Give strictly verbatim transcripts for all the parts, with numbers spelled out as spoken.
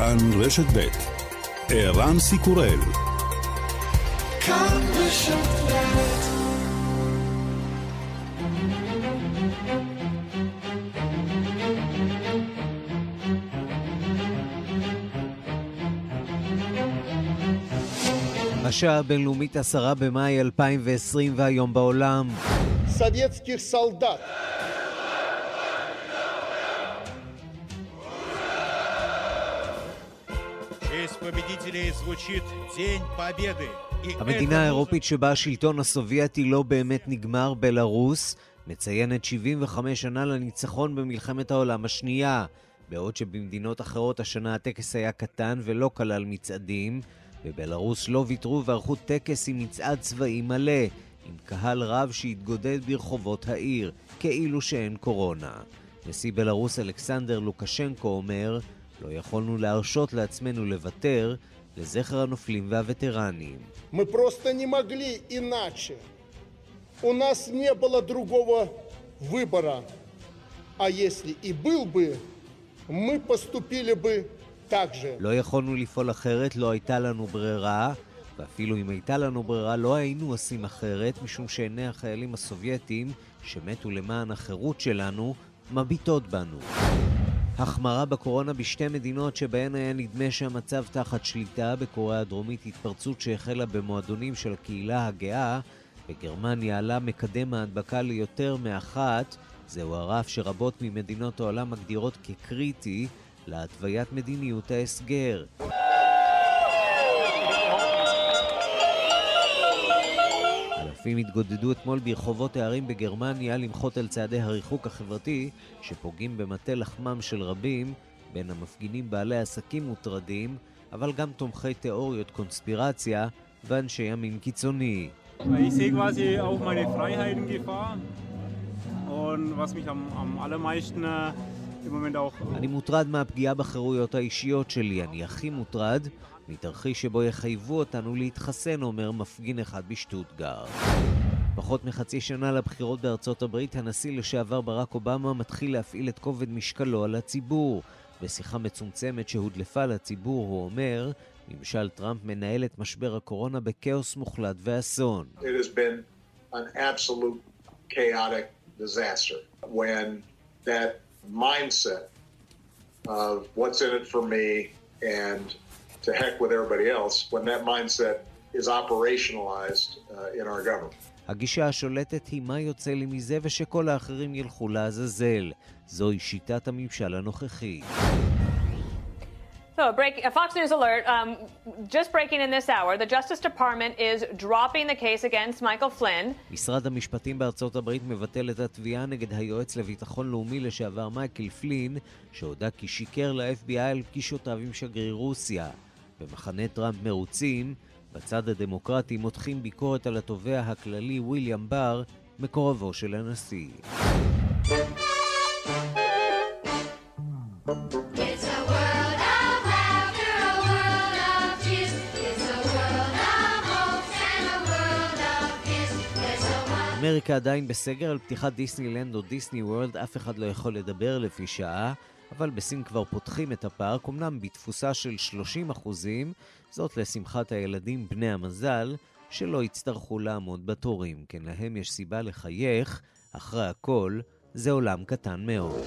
כאן רשת ב' ערן סיקורל. כאן רשת ב'. השעה הבינלאומית עשרה במאי אלפיים ועשרים והיום בעולם. סובייטסקих солдат. המדינה האירופית שבה השלטון הסובייטי לא באמת נגמר, בלרוס, מציינת שבעים וחמש שנה לניצחון במלחמת העולם השנייה. בעוד שבמדינות אחרות השנה הטקס היה קטן ולא כלל מצעדים, בבלרוס לא ויתרו וערכו טקס עם מצעד צבאי מלא, עם קהל רב שהתגודד ברחובות העיר, כאילו שאין קורונה. נשיא בלרוס אלכסנדר לוקשנקו אומר, לא יכולנו להרשות לעצמנו לוותר לזכר הנופלים והווטרנים. Мы просто не могли иначе. У нас не было другого выбора. А если и был бы, мы поступили бы так же. לא יכולנו לפעול אחרת, לא הייתה לנו ברירה, ואפילו אם הייתה לנו ברירה לא היינו עושים אחרת, משום שעיני החיילים הסובייטים שמתו למען החירות שלנו מביטות בנו. החמרה בקורונה בשתי מדינות שבהן היה נדמה שהמצב תחת שליטה. בקוריאה הדרומית התפרצות שהחלה במועדונים של הקהילה הגאה. בגרמניה עלה מקדם ההדבקה ליותר מאחת. זהו הרף שרבות ממדינות העולם מגדירות כקריטי להתוויית מדיניות ההסגר. אלפים התגודדו אתמול ברחובות הערים בגרמניה למחות על צעדי הריחוק החברתי שפוגעים במטה לחמם של רבים, בין המפגינים בעלי עסקים מוטרדים, אבל גם תומכי תיאוריות קונספירציה ואנשי ימין קיצוני. Ich sehe quasi auch meine Freiheit in Gefahr und was mich am, am allermeisten im Moment auch... אני מוטרד מהפגיעה בחירויות האישיות שלי, אני הכי מוטרד מתרחיש שבו יחייבו אותנו להתחסן, אומר מפגין אחד בשטוטגרט. פחות מחצי שנה לבחירות בארצות הברית, הנשיא לשעבר ברק אובמה מתחיל להפעיל את כובד משקלו על הציבור. בשיחה מצומצמת שהודלפה לציבור הוא אומר, ממשל טראמפ מנהל את משבר הקורונה בכאוס מוחלט ואסון. It has been an absolute chaotic disaster when that mindset of what's in it for me and to heck with everybody else, when that mindset is operationalized uh, in our government. הגישה השולטת היא מה יוצא לי מזה ושכל האחרים ילכו לעזאזל. זוהי שיטת הממשל הנוכחי. So, a break, a Fox News alert, um, just breaking in this hour, the Justice Department is dropping the case against Michael Flynn. משרד המשפטים בארצות הברית מבטל את התביעה נגד היועץ לביטחון לאומי לשעבר מייקל פלין, שהודע כי שיקר ל-אף בי איי על פגישותיו עם שגריר רוסיה. במחנה טראמפ מרוצים, בצד הדמוקרטי מותחים ביקורת על התובע הכללי וויליאם בר, מקורבו של הנשיא. אמריקה עדיין בסגר. על פתיחת דיסנילנד או דיסני וורלד אף אחד לא יכול לדבר לפי שעה, אבל בסין כבר פותחים את הפארק, אמנם בתפוסה של שלושים אחוזים, זאת לשמחת הילדים בני המזל, שלא יצטרכו לעמוד בתורים, כן להם יש סיבה לחייך, אחרי הכל זה עולם קטן מאוד.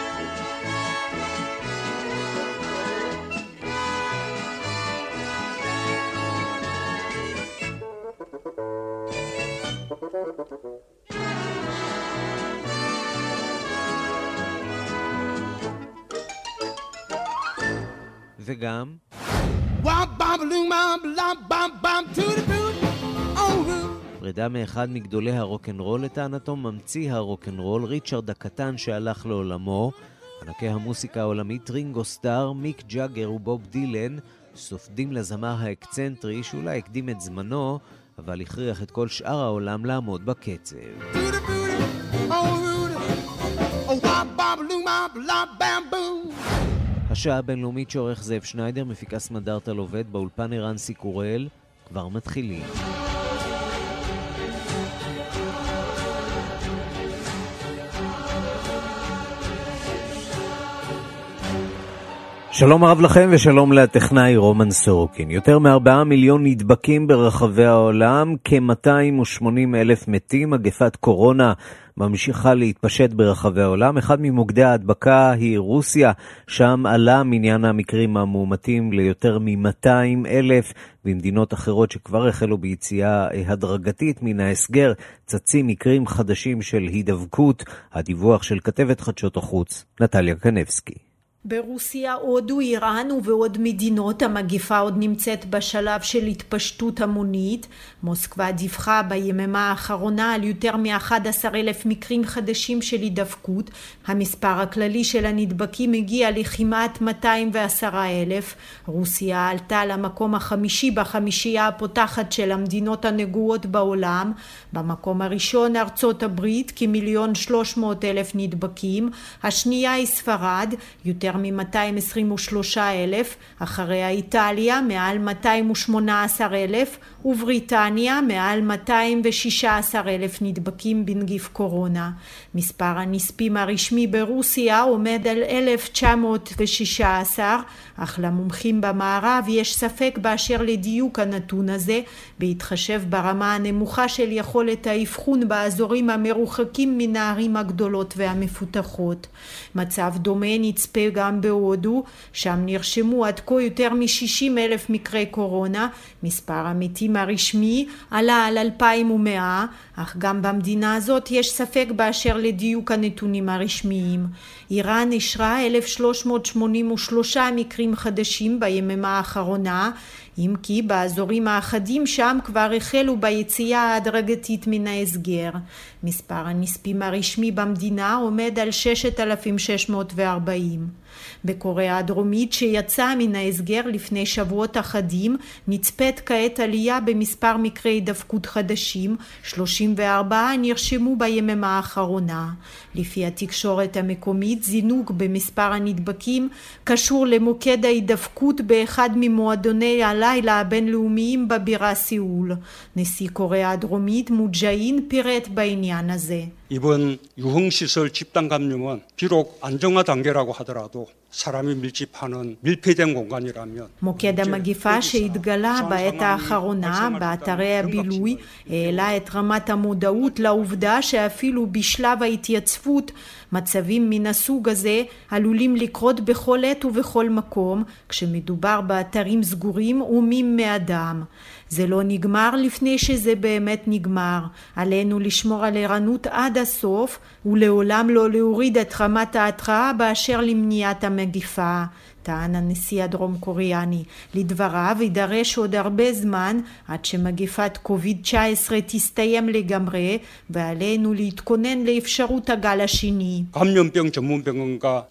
וגם פרידה מאחד מגדולי הרוקנרול, לטענתו ממציא הרוקנרול, ריצ'רד הקטן שהלך לעולמו. ענקי המוסיקה העולמית רינגו סטאר, מיק ג'אגר ובוב דילן סופדים לזמר האקצנטרי שאולי הקדים את זמנו, אבל הכריח את כל שאר העולם לעמוד בקצב. השעה הבינלאומית שעורך זאב שניידר, מפיקס מדארטל עובד, באולפן ערן סיקורל, כבר מתחילים. שלום רב לכם ושלום לטכנאי רומן סורוקין. יותר מארבעה מיליון נדבקים ברחבי העולם, כ-מאתיים ושמונים אלף מתים. מגפת קורונה ממשיכה להתפשט ברחבי העולם. אחד ממוקדי ההדבקה היא רוסיה, שם עלה מניין המקרים המאומתים ליותר מ-מאתיים אלף. במדינות אחרות שכבר החלו ביציאה הדרגתית מן ההסגר, צצים מקרים חדשים של הידבקות. הדיווח של כתבת חדשות החוץ נטליה קנבסקי. ברוסיה, הודו, איראן ובעוד מדינות המגפה עוד נמצאת בשלב של התפשטות המונית. מוסקבה דיווחה ביממה האחרונה על יותר מ-אחד עשר אלף מקרים חדשים של הידבקות. המספר הכללי של הנדבקים הגיע לכמעט מאתיים ועשרה אלף. רוסיה עלתה למקום החמישי בחמישייה הפותחת של המדינות הנגועות בעולם. במקום הראשון ארצות הברית, כמיליון שלוש מאות אלף נדבקים. השנייה היא ספרד, יותר מ-מאתיים עשרים ושלושה אלף, אחריה איטליה מעל מאתיים ושמונה עשר אלף, ובריטניה מעל מאתיים ושישה עשר אלף נדבקים בנגיף קורונה. מספר הנספים הרשמי ברוסיה עומד על אלף תשע מאות ושישה עשר, אך למומחים במערב יש ספק באשר לדיוק הנתון הזה, בהתחשב ברמה הנמוכה של יכולת האבחון באזורים המרוחקים מן הערים הגדולות והמפותחות. מצב דומה נצפה גם בהודו, שם נרשמו עד כה יותר מ-שישים אלף מקרי קורונה. מספר המתים הרשמי עלה על אלפיים ומאה, אך גם במדינה הזאת יש ספק באשר לדיוק הנתונים הרשמיים. איראן אישרה אלף שלוש מאות שמונים ושלושה מקרים חדשים ביממה האחרונה, אם כי באזורים האחדים שם כבר החלו ביציאה ההדרגתית מן ההסגר. מספר הנספים הרשמי במדינה עומד על שישת אלפים שש מאות וארבעים. בקוריאה הדרומית שיצאה מן ההסגר לפני שבועות אחדים, נצפת כעת עלייה במספר מקרי דבקות חדשים, שלושים וארבעה נרשמו ביממה האחרונה. לפי התקשורת המקומית, זינוק במספר הנדבקים קשור למוקד ההידבקות באחד ממועדוני הלילה הבינלאומיים בבירה סיול. נשיא קוריאה הדרומית מוג'אין פירט בעניין הזה. 이번 유흥시설 집단 감염은 비록 안정화 단계라고 하더라도 사람이 밀집하는 밀폐된 공간이라면 מוקד המגפה שהתגלה בעת האחרונה באתרי הבילוי העלה את רמת המודעות לעובדה שאפילו בשלב ההתייצבות מצבים מן הסוג הזה עלולים לקרות בכל עת ובכל מקום כשמדובר באתרים סגורים ומימי אדם. זה לא נגמר לפני שזה באמת נגמר. עלינו לשמור על ערנות עד הסוף ולעולם לא להוריד את רמת ההתראה באשר למניעת המגפה. טען הנשיא הדרום קוריאני. לדבריו יידרש עוד הרבה זמן עד שמגפת קוביד תשע עשרה תסתיים לגמרי, ועלינו להתכונן לאפשרות הגל השני. 감염병 전문병원과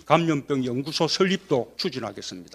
국립감염병연구소 설립도 추진하겠습니다.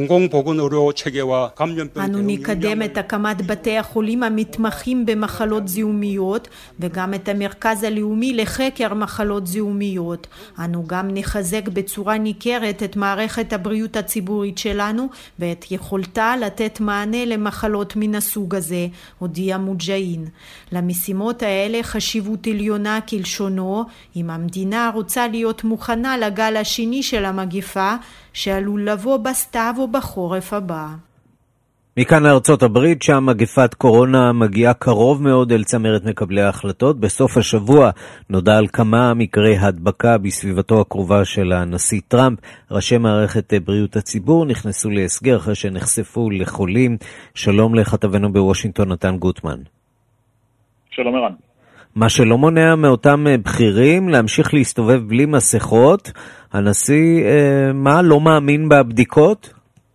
공공보건의료 체계와 감염병 אנו נקדם את הקמת בתי החולים המתמחים במחלות זיהומיות וגם את המרכז הלאומי לחקר מחלות זיהומיות. אנו גם נחזק בצורה ניכרת את מערכת הבריאות הציבורית שלנו ואת יכולתה לתת מענה למחלות מן הסוג הזה, הודיע מוג'אין. למשימות האלה חשיבות עליונה כלשונו, אם המדינה רוצה להיות מוכנה לגל השני של המגפה שעלול לבוא בסתיו או בחורף הבא. מכאן לארצות הברית, שם מגפת קורונה מגיעה קרוב מאוד אל צמרת מקבלי ההחלטות. בסוף השבוע נודע על כמה מקרי הדבקה בסביבתו הקרובה של הנשיא טראמפ. ראשי מערכת בריאות הציבור נכנסו להסגר אחרי שנחשפו לחולים. שלום לכתבנו בוושינגטון נתן גוטמן. שלום ערן. מה שלא מונע מאותם בכירים להמשיך להסתובב בלי מסכות. הנשיא, מה, לא מאמין בבדיקות?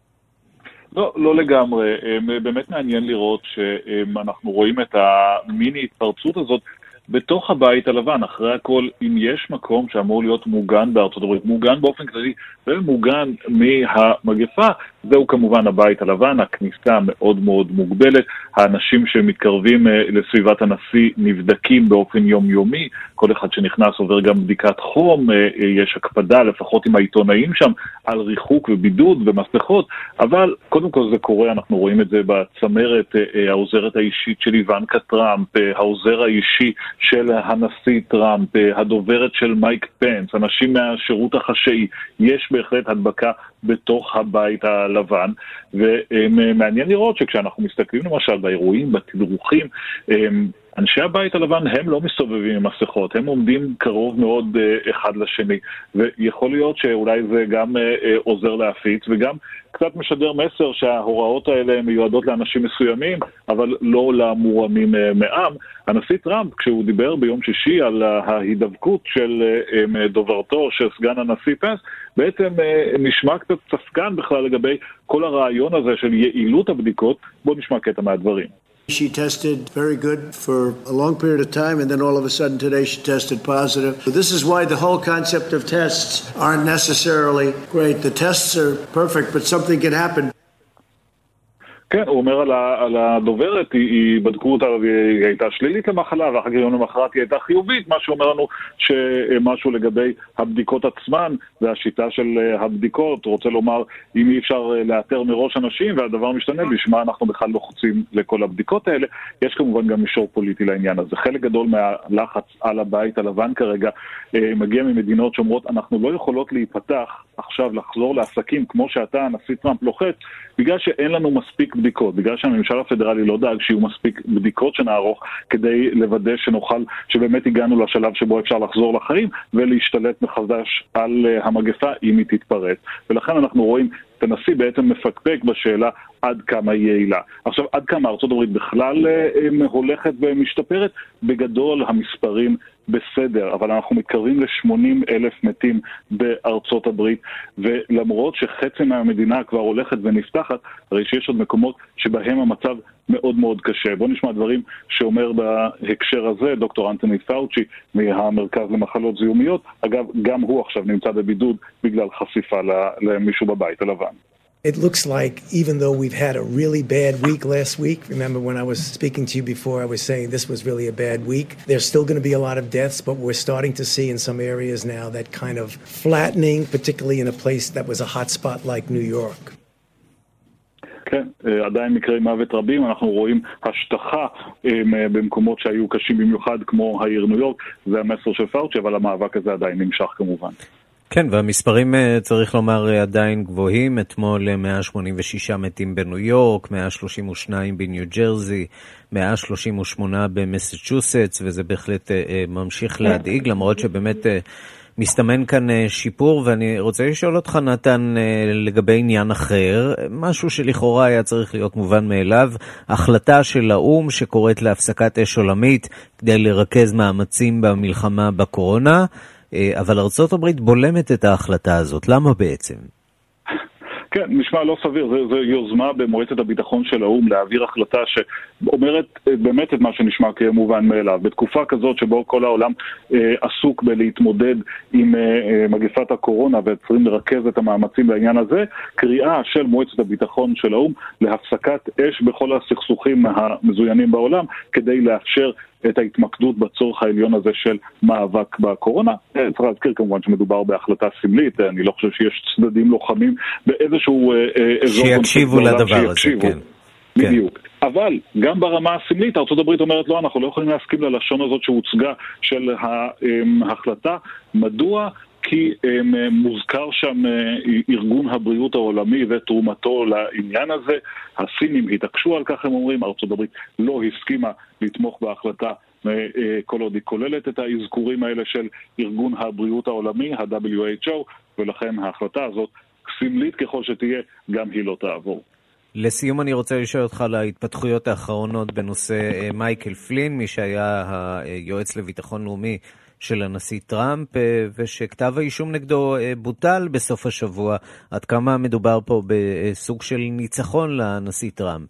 לא, לא לגמרי. באמת מעניין לראות שאנחנו רואים את המיני התפרצות הזאת בתוך הבית הלבן. אחרי הכל, אם יש מקום שאמור להיות מוגן בארצות הברית, מוגן באופן כללי ומוגן מהמגפה, זהו כמובן הבית הלבן. הכניסה מאוד מאוד מוגבלת. האנשים שמתקרבים לסביבת הנשיא נבדקים באופן יומיומי. כל אחד שנכנס עובר גם בדיקת חום. יש הקפדה, לפחות עם העיתונאים שם, על ריחוק ובידוד ומסכות. אבל קודם כל זה קורה, אנחנו רואים את זה בצמרת, העוזרת האישית של איוונקה טראמפ, העוזר האישי של הנשיא טראמפ, הדוברת של מייק פנס, אנשים מהשירות החשאי, יש בהחלט הדבקה בתוך הבית הלבן, ומעניין לראות שכשאנחנו מסתכלים למשל באירועים, בתדרוכים, אנשי הבית הלבן הם לא מסתובבים עם מסכות, הם עומדים קרוב מאוד אחד לשני, ויכול להיות שאולי זה גם עוזר להפיץ, וגם קצת משדר מסר שההוראות האלה מיועדות לאנשים מסוימים, אבל לא למורמים מעם. הנשיא טראמפ, כשהוא דיבר ביום שישי על ההידבקות של דוברתו, של סגן הנשיא פנס, בעצם נשמע קצת צפקן בכלל לגבי כל הרעיון הזה של יעילות הבדיקות. בואו נשמע קטע מהדברים. She tested very good for a long period of time, and then all of a sudden today she tested positive. So this is why the whole concept of tests aren't necessarily great. The tests are perfect, but something can happen. כן, הוא אומר על, ה, על הדוברת, היא, היא בדקו אותה והיא הייתה שלילית למחלה, ואחר כך יום למחרת היא הייתה חיובית, מה שאומר לנו שמשהו לגבי הבדיקות עצמן והשיטה של הבדיקות, רוצה לומר אם אי אפשר לאתר מראש אנשים והדבר משתנה, בשמה אנחנו בכלל לוחצים לכל הבדיקות האלה. יש כמובן גם מישור פוליטי לעניין הזה. חלק גדול מהלחץ על הבית הלבן כרגע מגיע ממדינות שאומרות אנחנו לא יכולות להיפתח עכשיו לחזור לעסקים כמו שאתה, הנשיא טראמפ, לוחץ, בגלל שאין לנו מספיק בדיקות, בגלל שהממשל הפדרלי לא דאג שיהיו מספיק בדיקות שנערוך כדי לוודא שנוכל, שבאמת הגענו לשלב שבו אפשר לחזור לחיים ולהשתלט מחדש על המגפה אם היא תתפרץ. ולכן אנחנו רואים את הנשיא בעצם מפקפק בשאלה עד כמה היא יעילה. עכשיו, עד כמה ארצות הברית בכלל הולכת ומשתפרת? בגדול המספרים בסדר, אבל אנחנו מתקרבים ל-שמונים אלף מתים בארצות הברית, ולמרות שחצי מהמדינה כבר הולכת ונפתחת, הרי שיש עוד מקומות שבהם המצב מאוד מאוד קשה. בואו נשמע דברים שאומר בהקשר הזה דוקטור אנתוני פאוצ'י מהמרכז למחלות זיהומיות. אגב, גם הוא עכשיו נמצא בבידוד בגלל חשיפה למישהו בבית הלבן. It looks like even though we've had a really bad week last week, remember when I was speaking to you before, I was saying this was really a bad week. There's still going to be a lot of deaths, but we're starting to see in some areas now that kind of flattening, particularly in a place that was a hot spot like New York. כן, עדיין מקרי מוות רבים, אנחנו רואים השטחה במקומות שהיו קשים במיוחד כמו העיר ניו יורק, זה המסר של פאוצ'י, אבל המאבק הזה עדיין נמשך כמובן. כן, והמספרים צריך לומר עדיין גבוהים. אתמול מאה שמונים ושישה מתים בניו יורק, מאה שלושים ושניים בניו ג'רזי, מאה שלושים ושמונה במסצ'וסטס, וזה בהחלט ממשיך להדאיג, למרות שבאמת מסתמן כאן שיפור. ואני רוצה לשאול אותך, נתן, לגבי עניין אחר, משהו שלכאורה היה צריך להיות מובן מאליו, החלטה של האום שקוראת להפסקת אש עולמית כדי לרכז מאמצים במלחמה בקורונה, אבל ארצות הברית בולמת את ההחלטה הזאת. למה בעצם? כן, נשמע לא סביר. זה, זה יוזמה במועצת הביטחון של האום להעביר החלטה שאומרת באמת את מה שנשמע כמובן מאליו. בתקופה כזאת שבו כל העולם אה, עסוק בלהתמודד עם אה, מגפת הקורונה וצריכים לרכז את המאמצים בעניין הזה, קריאה של מועצת הביטחון של האום להפסקת אש בכל הסכסוכים המזוינים בעולם כדי לאפשר את ההתמקדות בצורך העליון הזה של מאבק בקורונה. צריך להזכיר כמובן שמדובר בהחלטה סמלית, אני לא חושב שיש צדדים לוחמים באיזשהו אזור... שיקשיבו לדבר הזה, כן. בדיוק. אבל גם ברמה הסמלית, ארצות הברית אומרת לא, אנחנו לא יכולים להסכים ללשון הזאת שהוצגה של ההחלטה. מדוע? כי מוזכר שם ארגון הבריאות העולמי ותרומתו לעניין הזה. הסינים התעקשו על כך, הם אומרים, ארצות הברית לא הסכימה לתמוך בהחלטה כל עוד היא כוללת את האזכורים האלה של ארגון הבריאות העולמי, ה-דאבליו אייץ' או, ולכן ההחלטה הזאת, סמלית ככל שתהיה, גם היא לא תעבור. לסיום אני רוצה לשאול אותך על ההתפתחויות האחרונות בנושא מייקל פלין, מי שהיה היועץ לביטחון לאומי של הנשיא טראמפ, ושכתב האישום נגדו בוטל בסוף השבוע. עד כמה מדובר פה בסוג של ניצחון לנשיא טראמפ?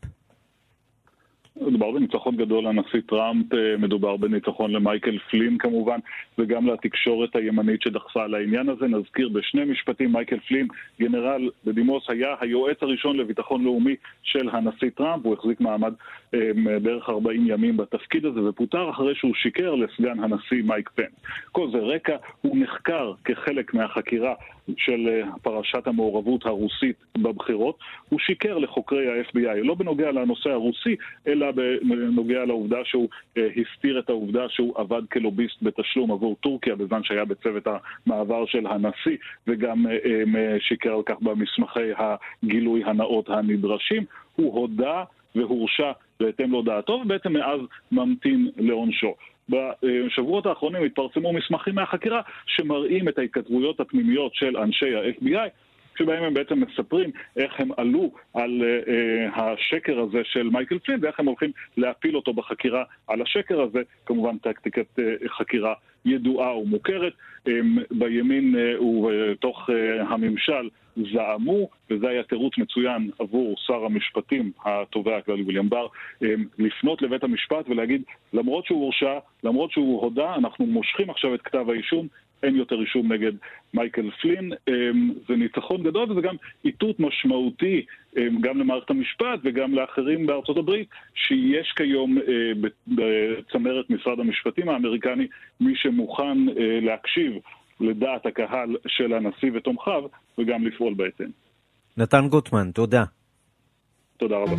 מדובר בניצחון גדול לנשיא טראמפ, מדובר בניצחון למייקל פלין כמובן, וגם לתקשורת הימנית שדחפה על העניין הזה. נזכיר בשני משפטים, מייקל פלין, גנרל בדימוס, היה היועץ הראשון לביטחון לאומי של הנשיא טראמפ, הוא החזיק מעמד בערך ארבעים ימים בתפקיד הזה, ופוטר אחרי שהוא שיקר לסגן הנשיא מייק פנס. כל זה רקע, הוא נחקר כחלק מהחקירה של פרשת המעורבות הרוסית בבחירות. הוא שיקר לחוקרי ה-אף בי איי, לא בנוגע לנושא הרוסי, אלא בנוגע לעובדה שהוא הסתיר את העובדה שהוא עבד כלוביסט בתשלום עבור טורקיה, בזמן שהיה בצוות המעבר של הנשיא, וגם שיקר על כך במסמכי הגילוי הנאות הנדרשים. הוא הודע והורשע בהתאם להודעתו, ובעצם מאז ממתין לעונשו. בשבועות האחרונים התפרסמו מסמכים מהחקירה שמראים את ההתכתבויות הפנימיות של אנשי ה-אף בי איי, שבהם הם בעצם מספרים איך הם עלו על uh, השקר הזה של מייקל פלין, ואיך הם הולכים להפיל אותו בחקירה על השקר הזה. כמובן טקטיקת uh, חקירה ידועה ומוכרת. Um, בימין uh, ובתוך uh, הממשל זעמו, וזה היה תירוץ מצוין עבור שר המשפטים התובע הכללי ויליאם בר, um, לפנות לבית המשפט ולהגיד, למרות שהוא הורשע, למרות שהוא הודע, אנחנו מושכים עכשיו את כתב האישום, אין יותר אישום נגד מייקל פלין. זה ניצחון גדול, וזה גם איתות משמעותי גם למערכת המשפט וגם לאחרים בארצות הברית, שיש כיום בצמרת משרד המשפטים האמריקני מי שמוכן להקשיב לדעת הקהל של הנשיא ותומכיו וגם לפעול בהתאם. נתן גוטמן, תודה. תודה רבה.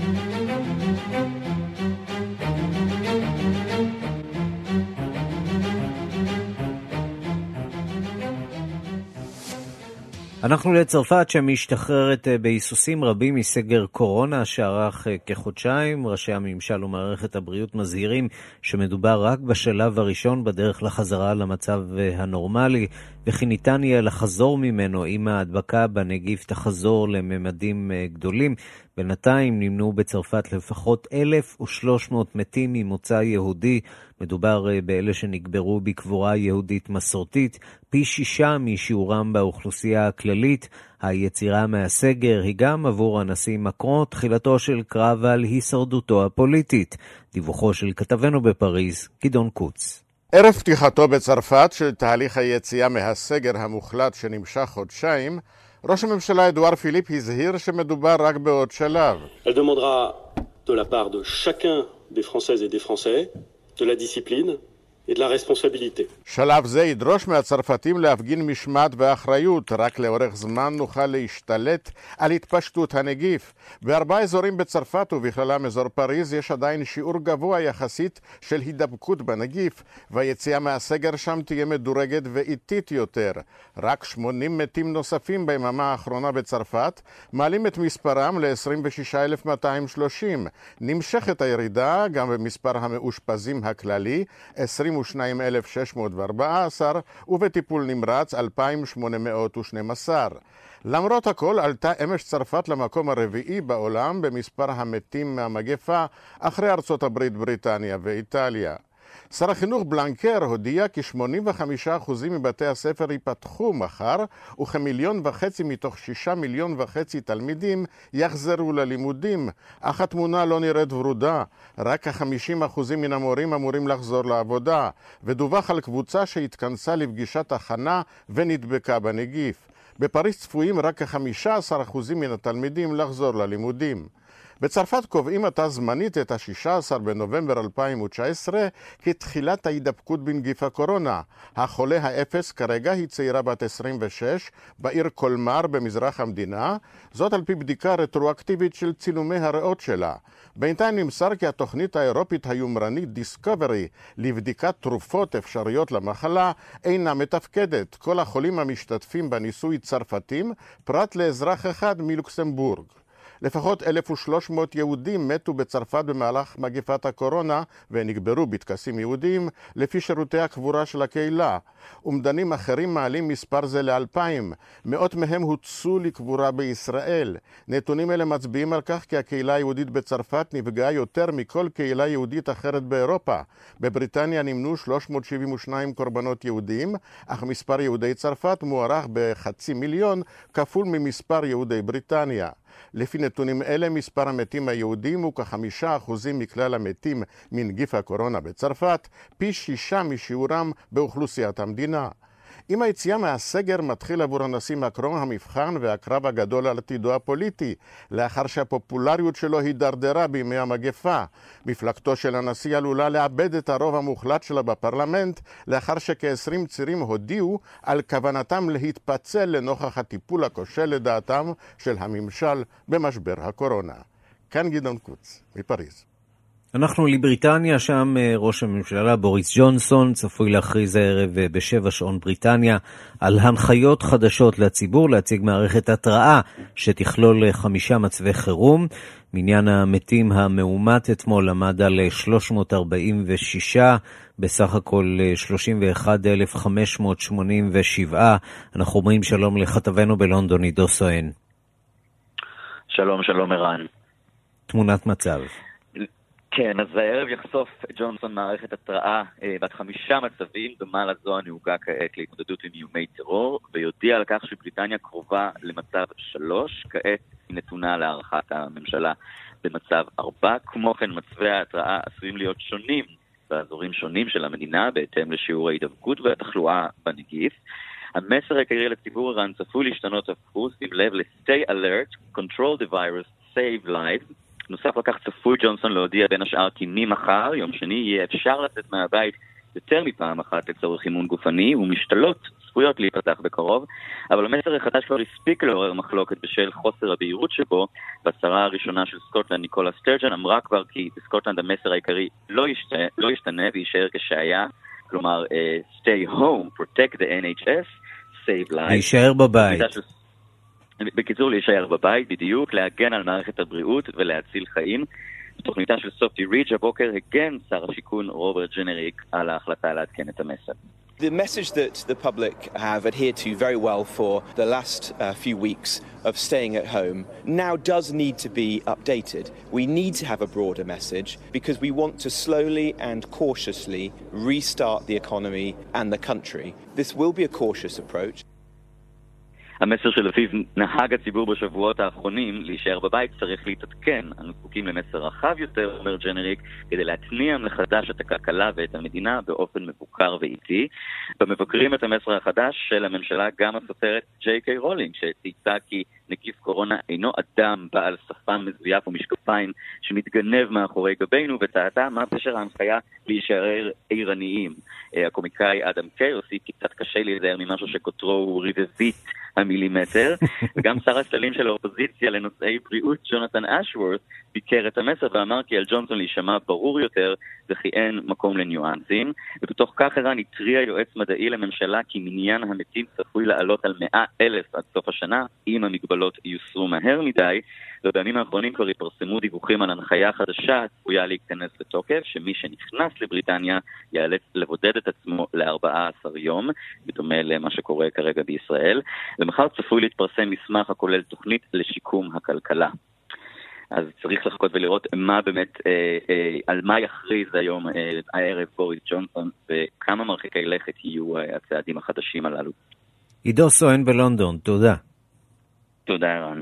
אנחנו לצרפת שמשתחררת בהיסוסים רבים מסגר קורונה שערך כחודשיים. ראשי הממשל ומערכת הבריאות מזהירים שמדובר רק בשלב הראשון בדרך לחזרה למצב הנורמלי, וכי ניתן יהיה לחזור ממנו אם ההדבקה בנגיף תחזור לממדים גדולים. בינתיים נמנו בצרפת לפחות אלף ושלוש מאות מתים ממוצא יהודי. מדובר באלה שנקברו בקבורה יהודית מסורתית, פי שישה משיעורם באוכלוסייה הכללית. היצירה מהסגר היא גם עבור הנשיא מקרון תחילתו של קרב על הישרדותו הפוליטית. דיווחו של כתבנו בפריז, גדעון קוץ. ערב פתיחתו בצרפת של תהליך היציאה מהסגר המוחלט שנמשך חודשיים, ראש הממשלה אדואר פיליפ הזהיר שמדובר רק בעוד שלב. Elle demandera de la part de chacun des Françaises et des Français de la discipline et de la responsabilité. שלב זה ידרוש מהצרפתים להפגין משמעת ואחריות. רק לאורך זמן נוכל להשתלט על התפשטות הנגיף. בארבעה אזורים בצרפת ובכללם אזור פריז יש עדיין שיעור גבוה יחסית של הידבקות בנגיף, והיציאה מהסגר שם תהיה מדורגת ואיטית יותר. רק שמונים מתים נוספים ביממה האחרונה בצרפת מעלים את מספרם ל-עשרים ושישה אלף מאתיים ושלושים. נמשכת הירידה גם במספר המאושפזים הכללי, עשרים ושניים אלף שש מאות וארבע עשרה, ובטיפול נמרץ אלפיים שמונה מאות ושתים עשרה. למרות הכל עלתה אמש צרפת למקום הרביעי בעולם במספר המתים מהמגפה, אחרי ארצות הברית, בריטניה ואיטליה. שר החינוך בלנקר הודיע כי שמונים וחמישה אחוז מבתי הספר ייפתחו מחר, וכמיליון וחצי מתוך שישה מיליון וחצי תלמידים יחזרו ללימודים. אך התמונה לא נראית ורודה. רק כ-חמישים אחוז מן המורים אמורים לחזור לעבודה, ודווח על קבוצה שהתכנסה לפגישת הכנה ונדבקה בנגיף. בפריז צפויים רק כ-חמישה עשר אחוז מן התלמידים לחזור ללימודים. בצרפת קובעים עתה זמנית את ה-שישה עשר בנובמבר אלפיים ותשע עשרה כתחילת ההידבקות בנגיף הקורונה. החולה האפס כרגע היא צעירה בת עשרים ושש בעיר קולמר במזרח המדינה, זאת על פי בדיקה רטרואקטיבית של צילומי הריאות שלה. בינתיים נמסר כי התוכנית האירופית היומרנית דיסקוברי לבדיקת תרופות אפשריות למחלה אינה מתפקדת. כל החולים המשתתפים בניסוי צרפתים, פרט לאזרח אחד מלוקסמבורג. לפחות אלף ושלוש מאות יהודים מתו בצרפת במהלך מגפת הקורונה ונקברו בטקסים יהודיים לפי שירותי הקבורה של הקהילה. אומדנים אחרים מעלים מספר זה לאלפיים. מאות מהם הוצאו לקבורה בישראל. נתונים אלה מצביעים על כך כי הקהילה היהודית בצרפת נפגעה יותר מכל קהילה יהודית אחרת באירופה. בבריטניה נמנו שלוש מאות שבעים ושניים קורבנות יהודים, אך מספר יהודי צרפת מוערך בחצי מיליון, כפול ממספר יהודי בריטניה. לפי נתונים אלה, מספר המתים היהודים הוא כחמישה אחוזים מכלל המתים מנגיף הקורונה בצרפת, פי שישה משיעורם באוכלוסיית המדינה. עם היציאה מהסגר מתחיל עבור הנשיא מקרון המבחן והקרב הגדול על עתידו הפוליטי, לאחר שהפופולריות שלו הידרדרה בימי המגפה. מפלגתו של הנשיא עלולה לאבד את הרוב המוחלט שלה בפרלמנט, לאחר שכ-עשרים צירים הודיעו על כוונתם להתפצל לנוכח הטיפול הכושל לדעתם של הממשל במשבר הקורונה. כאן גדעון קוץ, מפריז. אנחנו לבריטניה, שם ראש הממשלה בוריס ג'ונסון צפוי להכריז הערב בשבע שעון בריטניה על הנחיות חדשות לציבור, להציג מערכת התראה שתכלול חמישה מצבי חירום. מניין המתים המאומת אתמול עמד על שלוש מאות ארבעים ושש, בסך הכל שלושים ואחד אלף חמש מאות שמונים ושבע. אנחנו אומרים שלום לכתבנו בלונדון, עידו סואן. שלום, שלום ערן. תמונת מצב. כן, אז הערב יחשוף ג'ונסון מערכת התראה אה, בת חמישה מצבים, דומה לזו הנהוגה כעת להתמודדות עם איומי טרור, ויודיע על כך שבריטניה קרובה למצב שלוש, כעת היא נתונה להערכת הממשלה במצב ארבע. כמו כן, מצבי ההתראה עשויים להיות שונים באזורים שונים של המדינה, בהתאם לשיעור ההידבקות והתחלואה בנגיף. המסר העיקרי לציבור איראן צפוי להשתנות הפוך, שים לב ל-Stay alert, control the virus, save lives. נוסף לכך צפוי ג'ונסון להודיע בין השאר כי ממחר, יום שני, יהיה אפשר לצאת מהבית יותר מפעם אחת לצורך אימון גופני, ומשתלות צפויות להיפתח בקרוב, אבל המסר החדש כבר הספיק לעורר מחלוקת בשל חוסר הבהירות שבו. בשרה הראשונה של סקוטלנד, ניקולה סטרג'ן, אמרה כבר כי בסקוטלנד המסר העיקרי לא ישתנה, לא ישתנה ויישאר כשהיה, כלומר, uh, stay home, protect the אן אייץ' אס, save lives. להישאר בבית. בקיצור, להישאר בבית, בדיוק, להגן על מערכת הבריאות ולהציל חיים. בתוכניתה של סופי ריץ' הבוקר הגן שר השיכון רוברט ג'נריק על ההחלטה לעדכן את המסר. The message that the public have adhered to very well for the last uh, few weeks of staying at home now does need to be updated. We need to have a broader message because we want to slowly and cautiously restart the economy and the country. This will be a cautious approach. המסר שלפיו נהג הציבור בשבועות האחרונים להישאר בבית צריך להתעדכן. אנו זקוקים למסר רחב יותר, אומר ג'נריק, כדי להתניע מחדש את הכלכלה ואת המדינה באופן מבוקר ואיטי. במבקרים את המסר החדש של הממשלה גם הסופרת ג'יי קיי רולינג, שצייצה כי נגיף קורונה אינו אדם בעל שפם מזויף ומשקפיים שמתגנב מאחורי גבינו, וטעתה מה פשר ההנחיה להישאר עירניים. הקומיקאי אדם קיי הוסיף כי קצת קשה להיזהר ממשהו שכותרו הוא רבבית המילימטר, וגם שר הסלים של האופוזיציה לנושאי בריאות ג'ונתן אשוורת ביקר את המסר ואמר כי על ג'ונסון להישמע ברור יותר וכי אין מקום לניואנסים. ובתוך כך איראן התריע יועץ מדעי לממשלה כי מניין המתים צפוי לעלות על מאה אלף עד סוף השנה אם המגבלות יוסרו מהר מדי. ובימים האחרונים כבר יפרסמו דיווחים על הנחיה חדשה צפויה להיכנס לתוקף, שמי שנכנס לבריטניה יאלץ לבודד את עצמו ל-ארבעה עשר יום, בדומה למה שקורה כרגע בישראל. ומחר צפוי להתפרסם מסמך הכולל תוכנית לשיקום הכלכלה. אז צריך לחכות ולראות מה באמת, אה, אה, על מה יכריז היום אה, הערב בוריס ג'ונסון, וכמה מרחיקי לכת יהיו אה, הצעדים החדשים הללו. עידו סואן בלונדון, תודה. תודה ערן.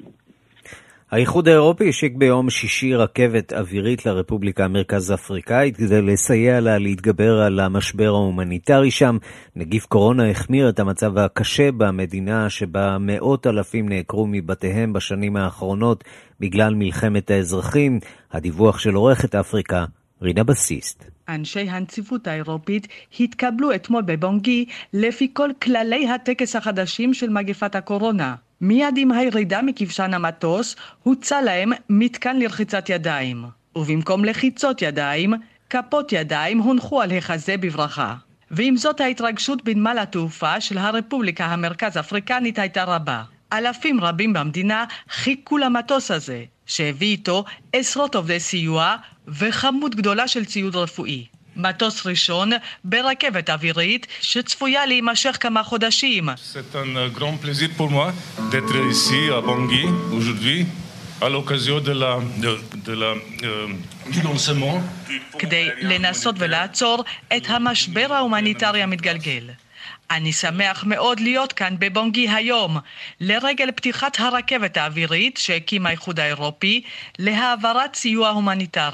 האיחוד האירופי השיק ביום שישי רכבת אווירית לרפובליקה המרכז אפריקאית כדי לסייע לה להתגבר על המשבר ההומניטרי שם. נגיף קורונה החמיר את המצב הקשה במדינה שבה מאות אלפים נעקרו מבתיהם בשנים האחרונות בגלל מלחמת האזרחים. הדיווח של עורכת אפריקה, רינה בסיסט. אנשי הנציבות האירופית התקבלו אתמול בבונגי לפי כל כללי הטקס החדשים של מגפת הקורונה. מיד עם הירידה מכבשן המטוס הוצא להם מתקן לרחיצת ידיים, ובמקום לחיצות ידיים, כפות ידיים הונחו על החזה בברכה. ועם זאת ההתרגשות בנמל התעופה של הרפובליקה המרכז אפריקנית הייתה רבה. אלפים רבים במדינה חיכו למטוס הזה, שהביא איתו עשרות עובדי סיוע וכמות גדולה של ציוד רפואי. מטוס ראשון ברכבת אווירית שצפויה להימשך כמה חודשים. C'est un grand plaisir pour moi d'être ici à Bangui aujourd'hui à l'occasion de la de de la du lancement כדי לנסות ולעצור את המשבר ההומניטרי המתגלגל. אני שמח מאוד להיות כאן בבונגי היום, לרגל פתיחת הרכבת האווירית שהקים האיחוד האירופי להעברת סיוע הומניטרי.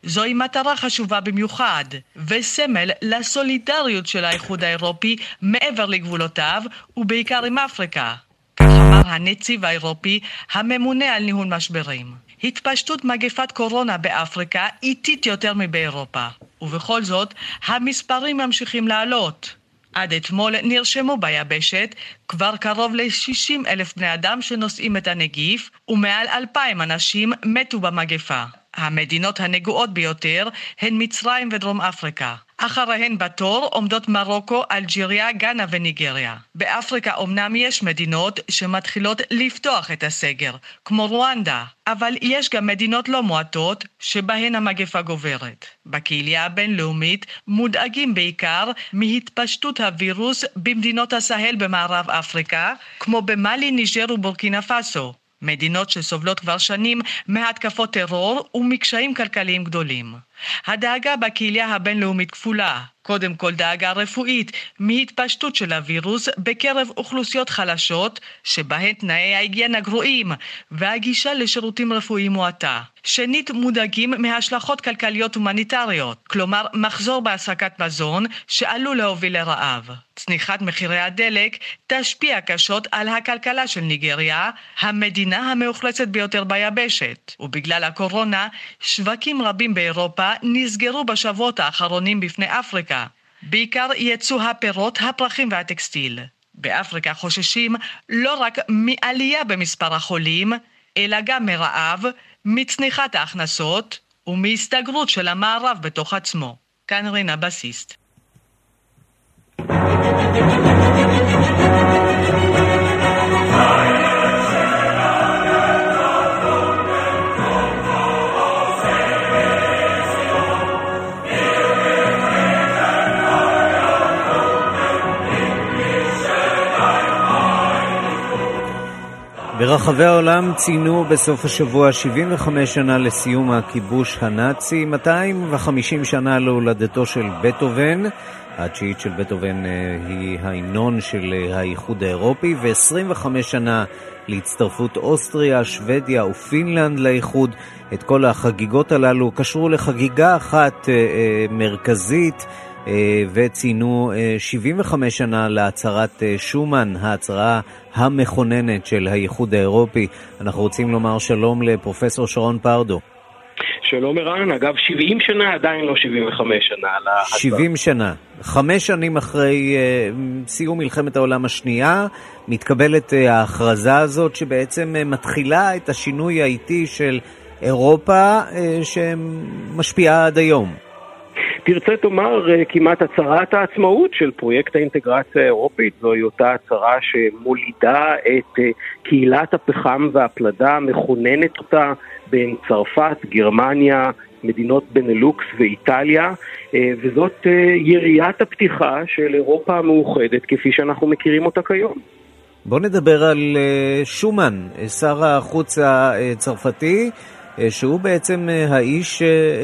זוהי מטרה חשובה במיוחד, וסמל לסולידריות של האיחוד האירופי מעבר לגבולותיו, ובעיקר עם אפריקה. כך אמר הנציב האירופי, הממונה על ניהול משברים. התפשטות מגפת קורונה באפריקה איטית יותר מבאירופה, ובכל זאת, המספרים ממשיכים לעלות. עד אתמול נרשמו ביבשת כבר קרוב ל-שישים אלף בני אדם שנושאים את הנגיף, ומעל אלפיים אנשים מתו במגפה. המדינות הנגועות ביותר הן מצרים ודרום אפריקה. אחריהן בתור עומדות מרוקו, אלג'יריה, גאנה וניגריה. באפריקה אומנם יש מדינות שמתחילות לפתוח את הסגר, כמו רואנדה, אבל יש גם מדינות לא מועטות שבהן המגפה גוברת. בקהילה הבינלאומית מודאגים בעיקר מהתפשטות הווירוס במדינות הסהל במערב אפריקה, כמו במאלי, ניג'ר ובורקינה פאסו. מדינות שסובלות כבר שנים מהתקפות טרור ומקשיים כלכליים גדולים. הדאגה בקהילה הבינלאומית כפולה. קודם כל דאגה רפואית מהתפשטות של הווירוס בקרב אוכלוסיות חלשות שבהן תנאי ההיגיינה גרועים והגישה לשירותים רפואיים מועטה. שנית, מודאגים מהשלכות כלכליות הומניטריות, כלומר מחזור בהעסקת מזון שעלול להוביל לרעב. צניחת מחירי הדלק תשפיע קשות על הכלכלה של ניגריה, המדינה המאוכלסת ביותר ביבשת. ובגלל הקורונה, שווקים רבים באירופה נסגרו בשבועות האחרונים בפני אפריקה, בעיקר ייצוא הפירות, הפרחים והטקסטיל. באפריקה חוששים לא רק מעלייה במספר החולים, אלא גם מרעב, מצניחת ההכנסות ומהסתגרות של המערב בתוך עצמו. כאן רינה בסיסט. ברחבי העולם ציינו בסוף השבוע שבעים וחמש שנה לסיום הכיבוש הנאצי, מאתיים וחמישים שנה להולדתו של בטהובן. התשיעית של בטהובן היא ההמנון של האיחוד האירופי, ו-עשרים וחמש שנה להצטרפות אוסטריה, שוודיה ופינלנד לאיחוד. את כל החגיגות הללו קשרו לחגיגה אחת מרכזית, וציינו שבעים וחמש שנה להצהרת שומן, ההצהרה המכוננת של האיחוד האירופי. אנחנו רוצים לומר שלום לפרופסור שרון פרדו. שלום ערן, אגב שבעים שנה, עדיין לא שבעים וחמש שנה. שבעים שנה, חמש שנים אחרי uh, סיום מלחמת העולם השנייה, מתקבלת uh, ההכרזה הזאת שבעצם uh, מתחילה את השינוי האיטי של אירופה uh, שמשפיעה עד היום. תרצה תאמר כמעט הצהרת העצמאות של פרויקט האינטגרציה האירופית. זוהי אותה הצהרה שמולידה את קהילת הפחם והפלדה, מכוננת אותה בין צרפת, גרמניה, מדינות בנלוקס ואיטליה, וזאת יריית הפתיחה של אירופה המאוחדת כפי שאנחנו מכירים אותה כיום. בוא נדבר על שומן, שר החוץ הצרפתי, שהוא בעצם האיש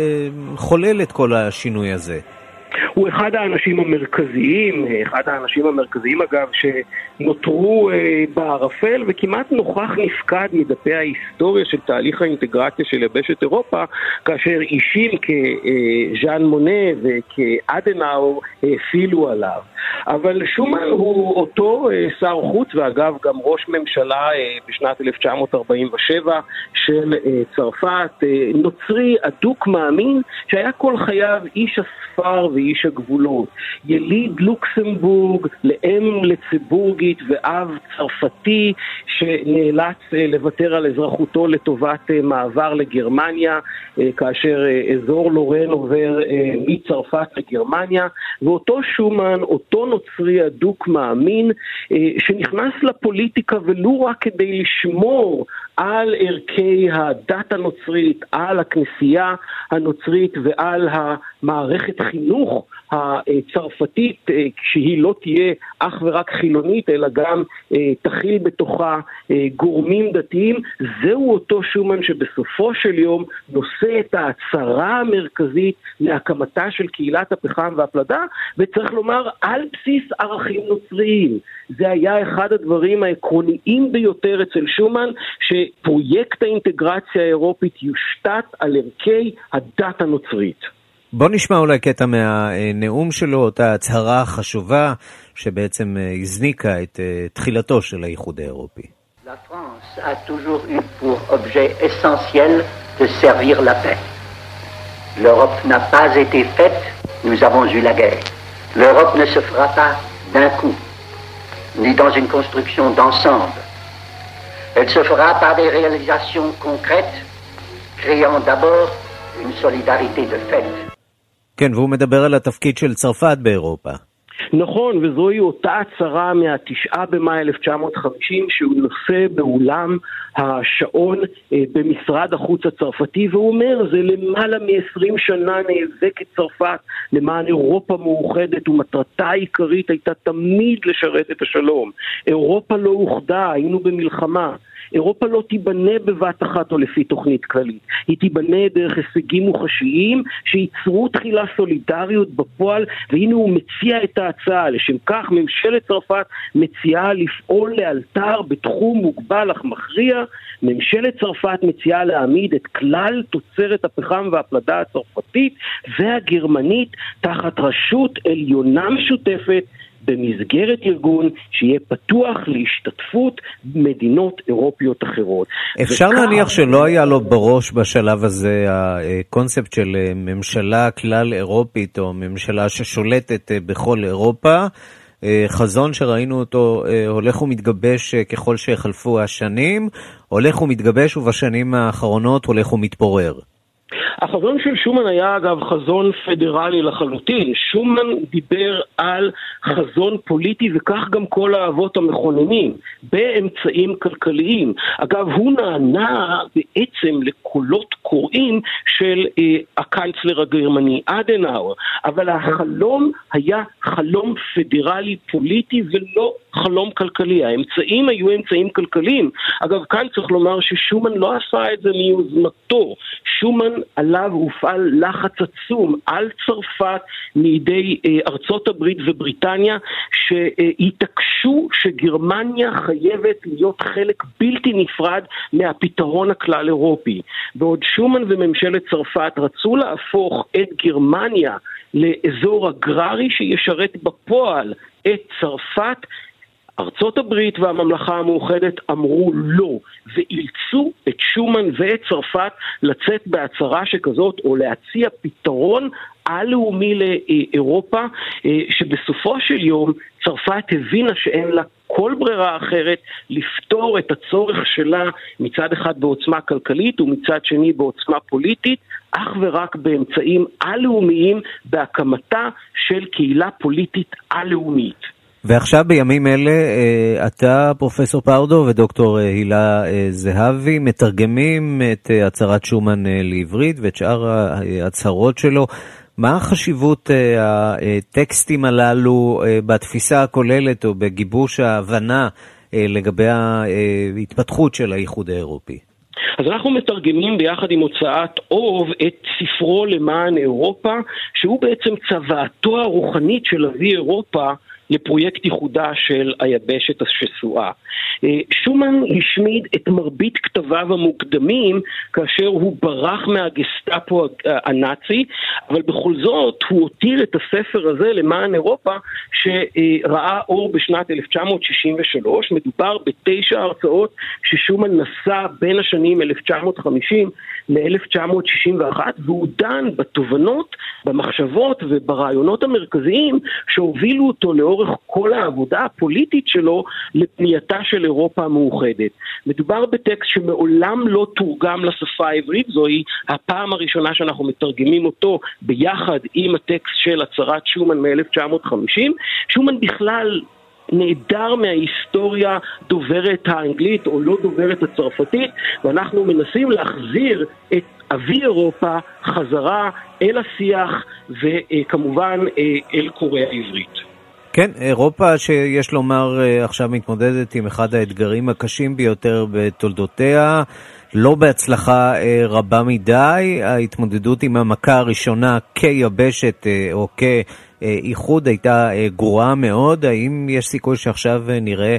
חולל את כל השינוי הזה. הוא אחד האנשים המרכזיים, אחד האנשים המרכזיים אגב שנותרו בערפל וכמעט נוכח נפקד מדפי ההיסטוריה של תהליך האינטגרציה של יבשת אירופה, כאשר אישים כז'אן מונה וכאדנאואר הפעילו עליו. אבל שומן הוא אותו שר חוץ ואגב גם ראש ממשלה בשנת אלף תשע מאות ארבעים ושבע של צרפת, נוצרי אדוק מאמין שהיה כל חייו איש הספר ואיש הגבולות, יליד לוקסמבורג, לאם לציבורגית ואב צרפתי שנאלץ לוותר על אזרחותו לטובת מעבר לגרמניה, כאשר אזור לורן עובר מצרפת לגרמניה. ואותו שומן, אותו נוצרי אדוק מאמין שנכנס לפוליטיקה ולו רק כדי לשמור על ערכי הדת הנוצרית, על הכנסייה הנוצרית ועל המערכת חינוך הצרפתית, כשהיא לא תהיה אך ורק חילונית אלא גם תכיל בתוכה גורמים דתיים. זהו אותו שומן שבסופו של יום נושא את ההצהרה המרכזית להקמתה של קהילת הפחם והפלדה, וצריך לומר על בסיס ערכים נוצריים. זה היה אחד הדברים העקרוניים ביותר אצל שומן, ש שפרויקט האינטגרציה האירופית יושתת על ערכי הדת הנוצרית. בוא נשמע אולי קטע מהנאום שלו, אותה הצהרה חשובה שבעצם הזניקה את תחילתו של האיחוד האירופי. La France a toujours eu pour objet essentiel de servir la paix. L'Europe n'a pas été faite, nous avons eu la guerre. L'Europe ne se fera pas d'un coup, ni dans une construction d'ensemble. Elle se fera par des réalisations concrètes, créant d'abord une solidarité de fait. כן, והוא מדבר על התפקיד של צרפת באירופה. נכון, וזוהי אותה הצהרה מהתשעה במאי אלף תשע מאות וחמישים שהוא נושא באולם השעון במשרד החוץ הצרפתי, והוא אומר, זה למעלה מ-עשרים שנה נאבקת צרפת למען אירופה מאוחדת, ומטרתה העיקרית הייתה תמיד לשרת את השלום. אירופה לא אוחדה, היינו במלחמה. אירופה לא תיבנה בבת אחת או לפי תוכנית כללית. היא תיבנה דרך הישגים מוחשיים שייצרו תחילה סולידריות בפועל, והנה הוא מציע את ההצעה. לשם כך ממשלת צרפת מציעה לפעול לאלתר בתחום מוגבל אך מכריע. ממשלת צרפת מציעה להעמיד את כלל תוצרת הפחם והפלדה הצרפתית והגרמנית תחת רשות עליונה משותפת במסגרת ארגון שיהיה פתוח להשתתפות מדינות אירופיות אחרות. אפשר וכך... להניח שלא היה לו בראש בשלב הזה הקונספט של ממשלה כלל אירופית או ממשלה ששולטת בכל אירופה, חזון שראינו אותו הולך ומתגבש ככל שחלפו השנים, הולך ומתגבש ובשנים האחרונות הולך ומתפורר. החזון של שומן היה אגב חזון פדרלי לחלוטין. שומן דיבר על חזון פוליטי, וכך גם כל האבות המכוננים, באמצעים כלכליים. אגב, הוא נענה בעצם לקולות קוראים של אה, הקנצלר הגרמני אדנאואר, אבל החלום היה חלום פדרלי פוליטי ולא חלום כלכלי. האמצעים היו אמצעים כלכליים. אגב, כאן צריך לומר ששומן לא עשה את זה מיוזמתו. שומן עליו הופעל לחץ עצום על צרפת מידי אה, ארצות הברית ובריטניה, שהתעקשו שגרמניה חייבת להיות חלק בלתי נפרד מהפתרון הכלל אירופי. בעוד שומן וממשלת צרפת רצו להפוך את גרמניה לאזור אגררי שישרת בפועל את צרפת, ארצות הברית והממלכה המאוחדת אמרו לא, ואילצו את שומן ואת צרפת לצאת בהצהרה שכזאת, או להציע פתרון הלאומי לאירופה, שבסופו של יום צרפת הבינה שאין לה כל ברירה אחרת לפתור את הצורך שלה מצד אחד בעוצמה כלכלית ומצד שני בעוצמה פוליטית, אך ורק באמצעים הלאומיים בהקמתה של קהילה פוליטית הלאומית. ועכשיו בימים אלה אתה, פרופסור פרדו ודוקטור הילה זהבי, מתרגמים את הצהרת שומן לעברית ואת שאר ההצהרות שלו. מה החשיבות הטקסטים הללו בתפיסה הכוללת או בגיבוש ההבנה לגבי ההתפתחות של האיחוד האירופי? אז אנחנו מתרגמים ביחד עם הוצאת אוב את ספרו למען אירופה, שהוא בעצם צוואתו הרוחנית של אבי אירופה לפרויקט ייחודה של היבשת השסועה. שומן השמיד את מרבית כתביו המוקדמים כאשר הוא ברח מהגסטאפו הנאצי, אבל בכל זאת הוא הותיר את הספר הזה למען אירופה שראה אור בשנת אלף תשע מאות שישים ושלוש. מדובר בתשע הרצאות ששומן נשא בין השנים אלף תשע מאות וחמישים ל-אלף תשע מאות שישים ואחת, והוא דן בתובנות, במחשבות וברעיונות המרכזיים שהובילו אותו לאורך כל העבודה הפוליטית שלו לפנייתה של אירופה המאוחדת. מדובר בטקסט שמעולם לא תורגם לשפה העברית, זוהי הפעם הראשונה שאנחנו מתרגמים אותו ביחד עם הטקסט של הצהרת שומן מ-אלף תשע מאות וחמישים. שומן בכלל נעדר מההיסטוריה דוברת האנגלית או לא דוברת הצרפתית, ואנחנו מנסים להחזיר את אבי אירופה חזרה אל השיח וכמובן אל קוראי העברית. כן, אירופה שיש לומר עכשיו מתמודדת עם אחד האתגרים הקשים ביותר בתולדותיה, לא בהצלחה רבה מדי. ההתמודדות עם המכה הראשונה כיבשת או כאיחוד הייתה גרועה מאוד. האם יש סיכוי שעכשיו נראה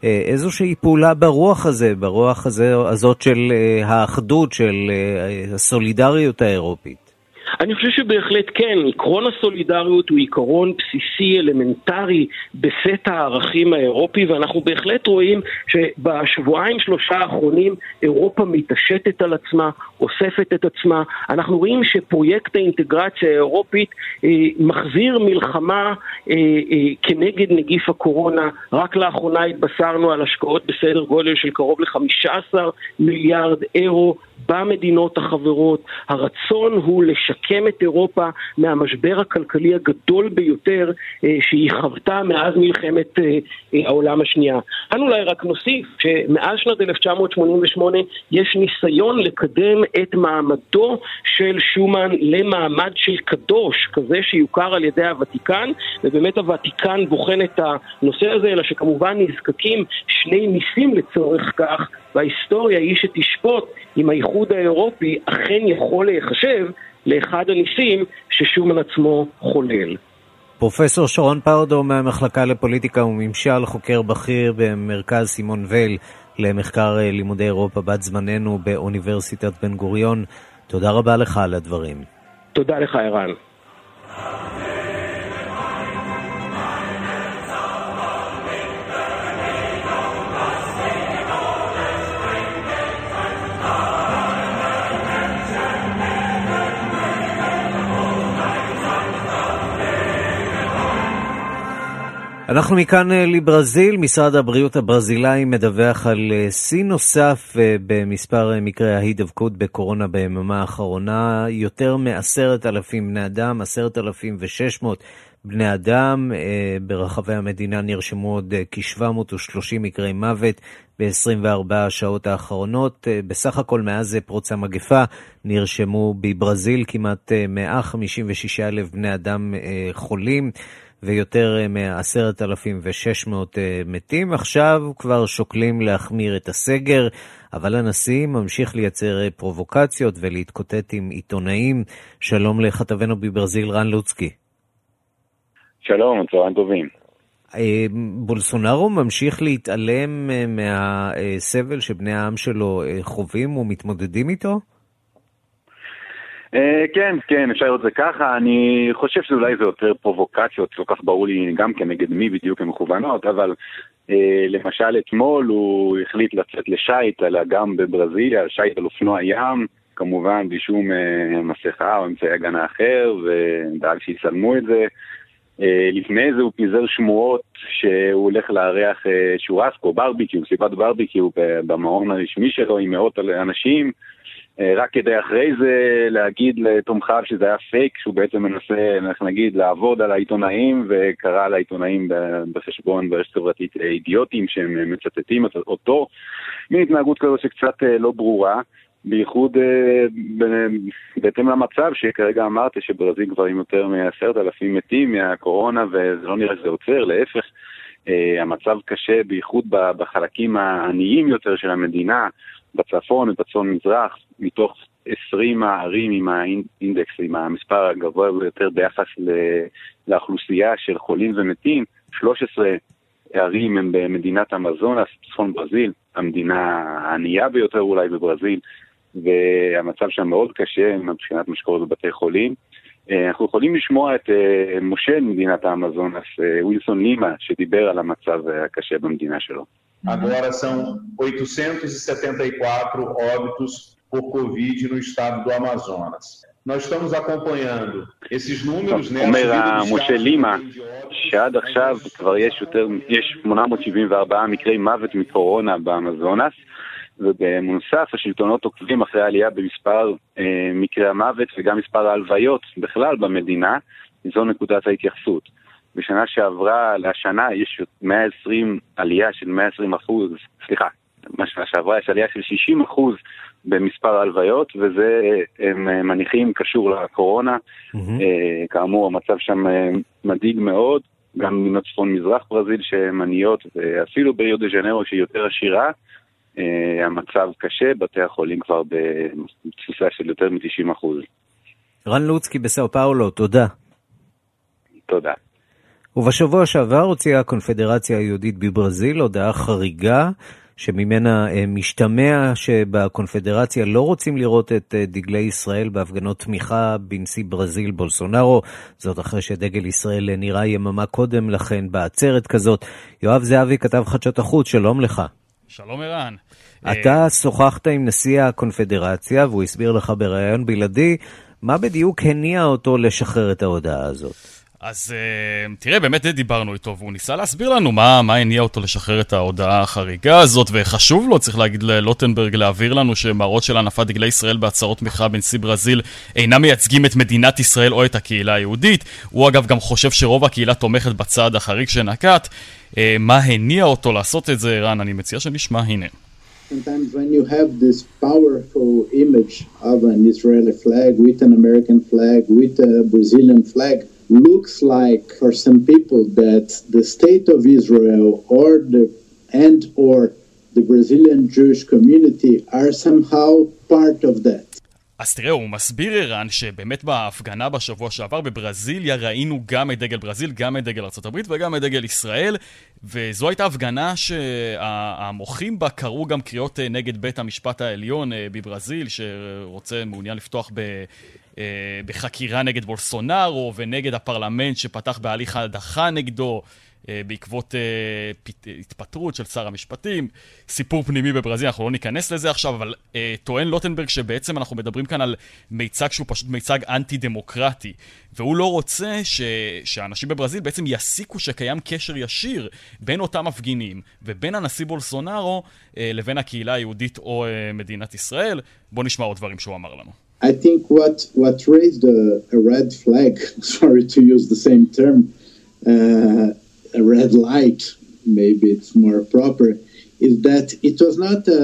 איזושהי פעולה ברוח הזה, ברוח הזה, הזאת של האחדות, של הסולידריות האירופית. אני חושב שבהחלט כן, עקרון הסולידריות הוא עיקרון בסיסי, אלמנטרי, בסט הערכים האירופי, ואנחנו בהחלט רואים שבשבועיים שלושה האחרונים אירופה מתעשתת על עצמה, אוספת את עצמה. אנחנו רואים שפרויקט האינטגרציה האירופית אה, מחזיר מלחמה אה, אה, כנגד נגיף הקורונה. רק לאחרונה התבשרנו על השקעות בסדר גודל של קרוב ל-חמישה עשר מיליארד אירו במדינות החברות. הרצון הוא לשקם את אירופה מהמשבר הכלכלי הגדול ביותר אה, שהיא חוותה מאז מלחמת אה, אה, העולם השנייה. אני אולי רק נוסיף שמאז שנת אלף תשע מאות שמונים ושמונה יש ניסיון לקדם את מעמדו של שומן למעמד של קדוש, כזה שיוכר על ידי הוותיקן, ובאמת הוותיקן בוחן את הנושא הזה, אלא שכמובן נזקקים שני ניסים לצורך כך, וההיסטוריה היא שתשפוט אם האיחוד האירופי אכן יכול להיחשב לאחד הניסים ששומן עצמו חולל. פרופסור שרון פרדו מהמחלקה לפוליטיקה וממשל, חוקר בכיר במרכז סימון וייל למחקר לימודי אירופה בת זמננו באוניברסיטת בן גוריון. תודה רבה לך על הדברים. תודה לך ערן. אנחנו מכאן לברזיל. משרד הבריאות הברזילאי מדווח על שיא נוסף במספר מקרי ההידבקות בקורונה ביממה האחרונה. יותר מעשרת אלפים בני אדם, עשרת אלפים ושש מאות בני אדם. ברחבי המדינה נרשמו עוד כ-שבע מאות ושלושים מקרי מוות ב-עשרים וארבע השעות האחרונות. בסך הכל מאז פרוץ המגפה נרשמו בברזיל כמעט מאה חמישים ושישה אלף בני אדם חולים, ויותר מ-עשרת אלפים ושש מאות מתים. עכשיו כבר שוקלים להחמיר את הסגר, אבל הנשיא ממשיך לייצר פרובוקציות ולהתקוטט עם עיתונאים. שלום לכתבנו בברזיל רן לוצקי. שלום, צהריים טובים. בולסונארו ממשיך להתעלם מהסבל שבני העם שלו חווים ומתמודדים איתו? כן, כן, אפשר לראות זה ככה. אני חושב שאולי זה יותר פרובוקציות, לא כך ברור לי גם כנגד מי בדיוק הן מכוונות, אבל למשל אתמול הוא החליט לצאת לשייט, אלא גם בברזיליה, שייט על אופנוע ים, כמובן בלי שום מסכה או אמצעי הגנה אחר, ודאג שיצלמו את זה. לפני זה הוא פיזר שמועות שהוא הולך לארח שורסקו, ברביקיו, סיבת ברביקיו במעון הרשמי שלו עם מאות אנשים, רק כדי אחרי זה להגיד לתומכיו שזה היה פייק, שהוא בעצם מנסה, נגיד, לעבוד על העיתונאים, וקרא לעיתונאים בחשבון ברשת חברתית אידיוטים שהם מצטטים אותו. מין התנהגות כזו שקצת לא ברורה, בייחוד בהתאם למצב שכרגע אמרתי שברזיל כבר עם יותר מעשרת אלפים מתים מהקורונה, וזה לא נראה שזה עוצר, להפך, המצב קשה בייחוד בחלקים העניים יותר של המדינה, בצפון ובצפון מזרח, מתוך עשרים הערים עם האינדקס, עם המספר הגבוה ביותר ביחס לאוכלוסייה של חולים ומתים, שלוש עשרה הערים הם במדינת אמזונס, צפון ברזיל, המדינה הענייה ביותר אולי בברזיל, והמצב שם מאוד קשה מבחינת משקורת בבתי חולים. אנחנו יכולים לשמוע את מושל מדינת האמזונס, ווילסון לימה, שדיבר על המצב הקשה במדינה שלו. Agora são oitocentos e setenta e quatro óbitos por Covid no estado do Amazonas. Nós estamos acompanhando esses números, né? אומר המושל לימה שעד עכשיו כבר יש יותר, יש שמונה מאות שבעים וארבעה מקרי מוות מקורונה באמזונס, ובנוסף השלטונות עוקבים אחרי העלייה במספר אה, מקרי המוות וגם מספר ההלוויות בכלל במדינה. זו נקודת ההתייחסות. בשנה שעברה, לשנה יש מאה ועשרים עלייה של מאה ועשרים אחוז, סליחה, בשנה שעברה יש עלייה של שישים אחוז במספר ההלוויות, וזה הם מניחים קשור לקורונה. Mm-hmm. כאמור, המצב שם מדאיג מאוד, גם מדינות צפון מזרח ברזיל שהן עניות, ואפילו בריו דה ז'נרו שהיא יותר עשירה, המצב קשה, בתי החולים כבר בתפוסה של יותר מ-תשעים אחוז. רן לוצקי בסאו פאולו, תודה. תודה. ובשבוע שעבר הוציאה הקונפדרציה היהודית בברזיל הודעה חריגה, שממנה משתמע שבקונפדרציה לא רוצים לראות את דגלי ישראל בהפגנות תמיכה בנשיא ברזיל בולסונארו, זאת אחרי שדגל ישראל נראה יממה קודם לכן בעצרת כזאת. יואב זהבי, כתב חדשות החוץ, שלום לך. שלום ערן. אתה שוחחת עם נשיא הקונפדרציה והוא הסביר לך בראיון בלעדי מה בדיוק הניע אותו לשחרר את ההודעה הזאת. אז תראה, באמת דיברנו איתו, והוא ניסה להסביר לנו מה, מה הניע אותו לשחרר את ההודעה החריגה הזאת, וחשוב לו, צריך להגיד ללוטנברג, להעביר לנו שמערות של הנפת דגלי ישראל בהצהרות תמיכה בנשיא ברזיל אינם מייצגים את מדינת ישראל או את הקהילה היהודית. הוא אגב גם חושב שרוב הקהילה תומכת בצעד החריג שנקט. מה הניע אותו לעשות את זה, ערן? אני מציע שנשמע, הנה. Sometimes when you have this powerful image of an Israeli flag with an American flag, with a Brazilian flag, looks like for some people that the state of Israel or the and or the Brazilian Jewish community are somehow part of that. אז תראה, הוא מסביר ערן שבאמת בהפגנה בשבוע שעבר בברזיליה ראינו גם את דגל ברזיל, גם את דגל ארצות הברית וגם את דגל ישראל, וזו הייתה הפגנה שהמוחים בה קראו גם קריאות נגד בית המשפט העליון בברזיל, שרוצה, מעוניין לפתוח ב... בחקירה נגד בולסונארו ונגד הפרלמנט שפתח בהליך ההדחה נגדו בעקבות התפטרות של שר המשפטים. סיפור פנימי בברזיל, אנחנו לא ניכנס לזה עכשיו, אבל טוען לוטנברג שבעצם אנחנו מדברים כאן על מיצג שהוא פשוט מיצג אנטי-דמוקרטי, והוא לא רוצה ש... שהאנשים בברזיל בעצם יסיקו שקיים קשר ישיר בין אותם מפגינים ובין הנשיא בולסונארו לבין הקהילה היהודית או מדינת ישראל. בוא נשמע עוד דברים שהוא אמר לנו. I think what what raised a, a red flag, sorry to use the same term, uh, a red light, maybe it's more proper, is that it was not a,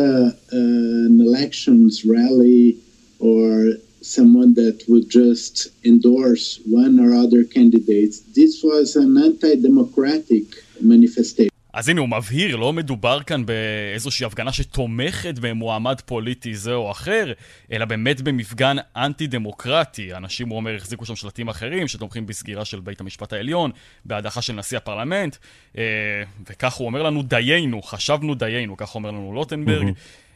an elections rally or someone that would just endorse one or other candidate. This was an anti-democratic manifestation. אז הנה הוא מבהיר, לא מדובר כאן באיזושהי הפגנה שתומכת במועמד פוליטי זה או אחר, אלא באמת במפגן אנטי-דמוקרטי. אנשים, הוא אומר, החזיקו שם שלטים אחרים שתומכים בסגירה של בית המשפט העליון, בהדחה של נשיא הפרלמנט, וכך הוא אומר לנו דיינו, חשבנו דיינו, כך אומר לנו לוטנברג,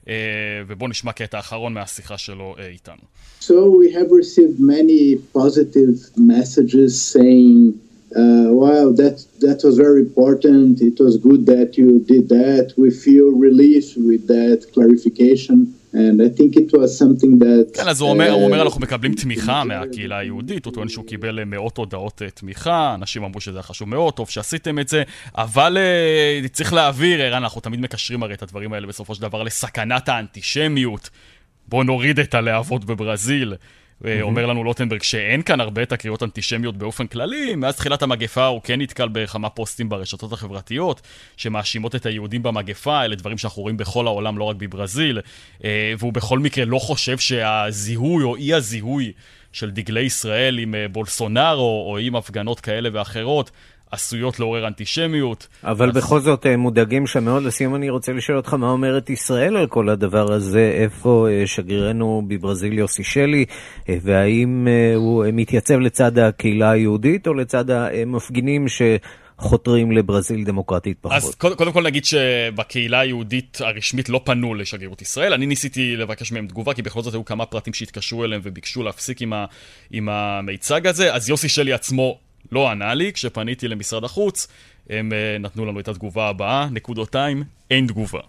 ובוא נשמע קטע האחרון מהשיחה שלו איתנו. So we have received many positive messages saying Uh, wow, that that was very important. It was good that you did that. We feel relief with that clarification. And I think it was something that... כן, אז הוא אומר, הוא אומר, אנחנו מקבלים תמיכה מהקהילה היהודית, הוא טוען שהוא קיבל מאות הודעות תמיכה, אנשים אמרו שזה חשוב מאוד, טוב שעשיתם את זה, אבל צריך להעביר, ערן, אנחנו תמיד מקשרים הרי את הדברים האלה בסופו של דבר לסכנת האנטישמיות. בוא נוריד את הלהבות בברזיל. אומר לנו לוטנברג שאין כאן הרבה תקריות אנטישמיות באופן כללי. מאז תחילת המגפה הוא כן נתקל בכמה פוסטים ברשתות החברתיות שמאשימות את היהודים במגפה. אלה דברים שאנחנו רואים בכל העולם, לא רק בברזיל, והוא בכל מקרה לא חושב שהזיהוי או אי הזיהוי של דגלי ישראל עם בולסונארו או עם הפגנות כאלה ואחרות עשויות לעורר אנטישמיות. אבל בכל זאת מודאגים שמאוד. לסיום אני רוצה לשאול אותך מה אומרת ישראל על כל הדבר הזה, איפה שגרירנו בברזיל יוסי שלי, והאם הוא מתייצב לצד הקהילה היהודית או לצד המפגינים שחותרים לברזיל דמוקרטית פחות? אז קודם כל נגיד שבקהילה היהודית הרשמית לא פנו לשגרירות ישראל. אני ניסיתי לבקש מהם תגובה, כי בכל זאת היו כמה פרטים שהתקשרו אליהם וביקשו להפסיק עם, ה, עם המיצג הזה. אז יוסי שלי עצמו לא ענה לי. כשפניתי למשרד החוץ, הם נתנו לנו את התגובה הבאה, נקודותיים, אין תגובה.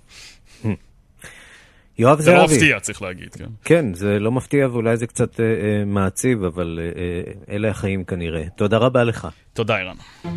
יואב זה זהבי. לא מפתיע, צריך להגיד. כן, כן, זה לא מפתיע ואולי זה קצת אה, מעציב, אבל אה, אלה החיים כנראה. תודה רבה לך. תודה, ערן.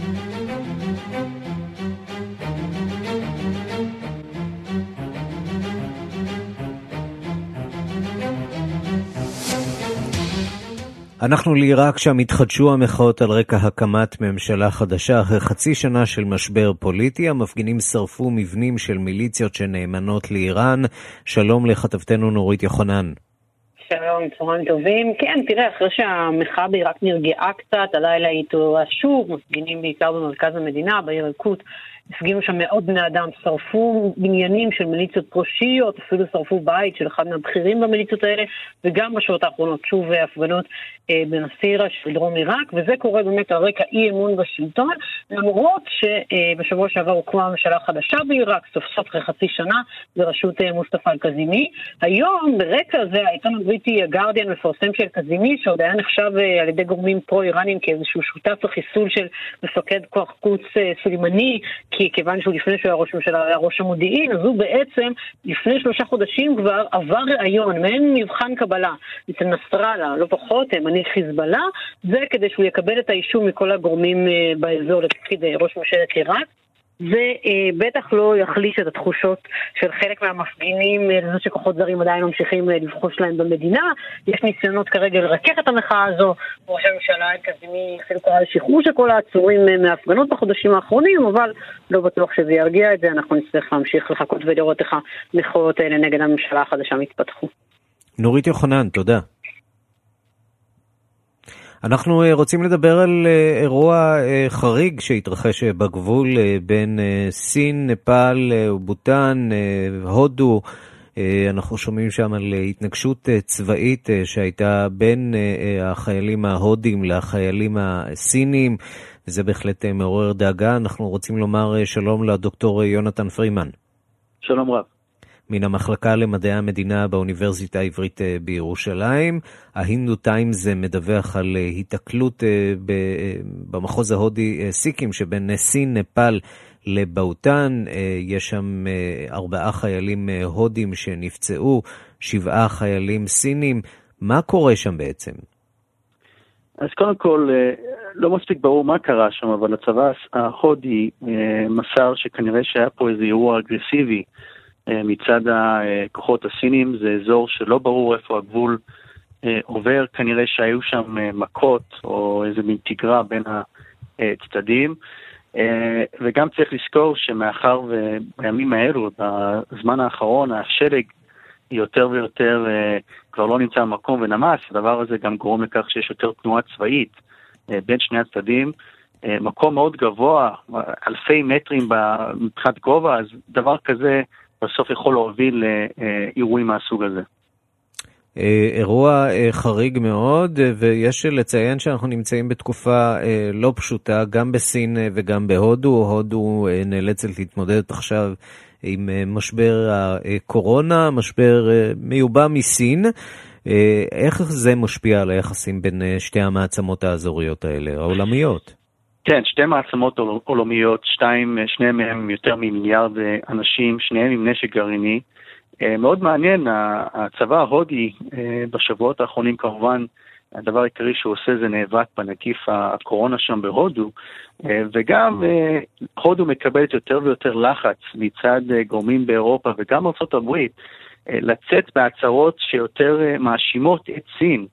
אנחנו לעיראק שם התחדשו המחאות על רקע הקמת ממשלה חדשה. אחרי חצי שנה של משבר פוליטי, המפגינים שרפו מבנים של מיליציות שנאמנות לאיראן. שלום לכתבתנו נורית יוחנן. שלום, צהריים טובים. כן, תראה, אחרי שהמחאה בעיראק נרגעה קצת, הלילה התעוררה שוב, מפגינים בעיקר במרכז המדינה, בעיר אל-קודס, הפגינו שם מאות בני אדם, שרפו בניינים של מיליציות פרו-שיעיות, אפילו שרפו בית של אחד מהבכירים במיליציות האלה, וגם בשעות האחרונות שוב הפגנות אה, בנסירה של דרום עיראק, וזה קורה באמת על רקע אי אמון בשלטון, למרות שבשבוע שעבר הוקמה ממשלה חדשה בעיראק, סוף סוף אחרי חצי שנה, בראשות אה, מוסטפא אל-קזימי. היום ברקע הזה העיתון הבריטי הגארדיאן מפרסם של קזימי, שעוד היה נחשב אה, על ידי גורמים פרו-איראנים כאיזשהו שותף לחיסול של מפקד כוח קוץ אה, סולימני, כי כיוון שהוא לפני שהוא היה ראש ממשלה, היה ראש המודיעין, אז הוא בעצם לפני שלושה חודשים כבר עבר ראיון, מעין מבחן קבלה, אצל נסראללה, לא פחות, מנהיג חיזבאללה, זה כדי שהוא יקבל את האישור מכל הגורמים באזור לתפקיד ראש ממשלת עיראק, ובטח לא יחליש את התחושות של חלק מהמפגינים, לזה שכוחות זרים עדיין ממשיכים לבחוש להם במדינה. יש ניסיונות כרגע לרכך את המחאה הזו, ראש הממשלה אל-קזימי אפילו קרא לשחרור של כל העצורים מההפגנות בחודשים האחרונים, אבל לא בטוח שזה ירגיע את זה, אנחנו נצטרך להמשיך לחכות ולראות איך המחאות האלה נגד הממשלה החדשה מתפתחו. נורית יוחנן, תודה. אנחנו רוצים לדבר על אירוע חריג שהתרחש בגבול בין סין, נפאל ובוטן, הודו. אנחנו שומעים שם על התנגשות צבאית שהייתה בין החיילים ההודים לחיילים הסינים, וזה בהחלט מעורר דאגה. אנחנו רוצים לומר שלום לדוקטור יונתן פרימן. שלום רב. מן המחלקה למדעי המדינה באוניברסיטה העברית בירושלים. ההינדו טיימס מדווח על התקלות במחוז ההודי סיקים שבין סין, נפאל לבאוטן. יש שם ארבעה חיילים הודים שנפצעו, שבעה חיילים סינים. מה קורה שם בעצם? אז קודם כל, לא מספיק ברור מה קרה שם, אבל הצבא ההודי מסר שכנראה שהיה פה איזה אירוע אגרסיבי מצד הכוחות הסינים. זה אזור שלא ברור איפה הגבול עובר, כנראה שהיו שם מכות או איזה מין תגרה בין הצדדים, וגם צריך לזכור שמאחר ובימים האלו, בזמן האחרון, השלג יותר ויותר כבר לא נמצא במקום ונמס. הדבר הזה גם גורם לכך שיש יותר תנועה צבאית בין שני הצדדים, מקום מאוד גבוה, אלפי מטרים מבחינת גובה, אז דבר כזה בסוף יכול להוביל לאירועים מהסוג הזה. אירוע חריג מאוד, ויש לציין שאנחנו נמצאים בתקופה לא פשוטה, גם בסין וגם בהודו. הודו נאלצת להתמודד עכשיו עם משבר הקורונה, משבר מיובא מסין. איך זה משפיע על היחסים בין שתי המעצמות האזוריות האלה, העולמיות? כן, שתי מעצמות עולמיות, שתיים, שניהם הם יותר ממיליארד אנשים, שניהם עם נשק גרעיני. מאוד מעניין, הצבא ההודי בשבועות האחרונים כמובן, הדבר העיקרי שהוא עושה זה נאבק בנגיף הקורונה שם בהודו, וגם הודו מקבלת יותר ויותר לחץ מצד גורמים באירופה וגם ארצות הברית, לצאת בהצהרות שיותר מאשימות את סין,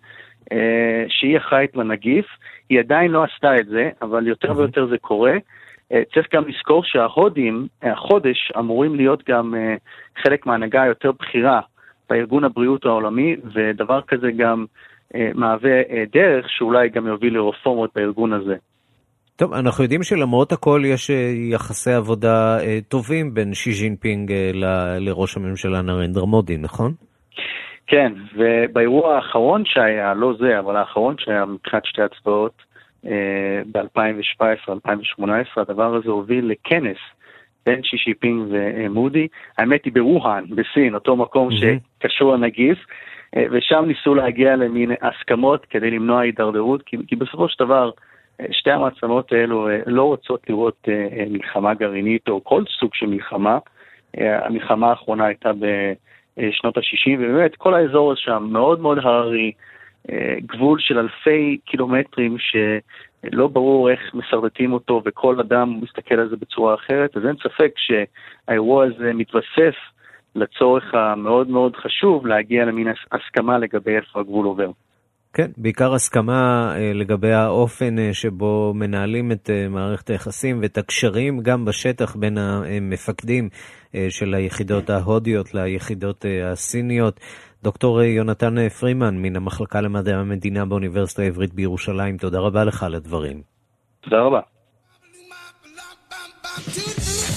שהיא אחראית לנגיף. היא עדיין לא עשתה את זה, אבל יותר ויותר זה קורה. צריך גם לזכור שההודים, החודש, אמורים להיות גם חלק מהנהגה יותר בחירה בארגון הבריאות העולמי, ודבר כזה גם מהווה דרך שאולי גם יוביל לרפורמות בארגון הזה. טוב, אנחנו יודעים שלמרות הכל יש יחסי עבודה טובים בין שי ג'ינפינג לראש הממשלה נרנדרה מודי, נכון? כן, ובאירוע האחרון שהיה, לא זה, אבל האחרון שהיה מבחינת שתי הצבאות, ב-אלפיים שבע עשרה אלפיים שמונה עשרה, הדבר הזה הוביל לכנס בין שי ג'ינפינג ומודי. האמת היא ברוחן, בסין, אותו מקום שקשור לנגיף, ושם ניסו להגיע למין הסכמות כדי למנוע הידרדרות, כי, כי בסופו של דבר, שתי המעצמות האלו לא רוצות לראות מלחמה גרעינית או כל סוג של מלחמה. המלחמה האחרונה הייתה בשנות ה-שישים, ובאמת כל האזור שם מאוד מאוד הררי, גבול של אלפי קילומטרים שלא ברור איך מסרטטים אותו, וכל אדם מסתכל על זה בצורה אחרת. אז אין ספק שהאירוע הזה מתווסף לצורך המאוד מאוד חשוב להגיע למין הסכמה לגבי איפה הגבול עובר. כן, בעיקר הסכמה לגבי האופן שבו מנהלים את מערכת היחסים ואת הקשרים גם בשטח בין המפקדים של היחידות ההודיות ליחידות הסיניות. דוקטור יונתן פרימן מן המחלקה למדעי המדינה באוניברסיטה העברית בירושלים, תודה רבה לך על הדברים. תודה רבה.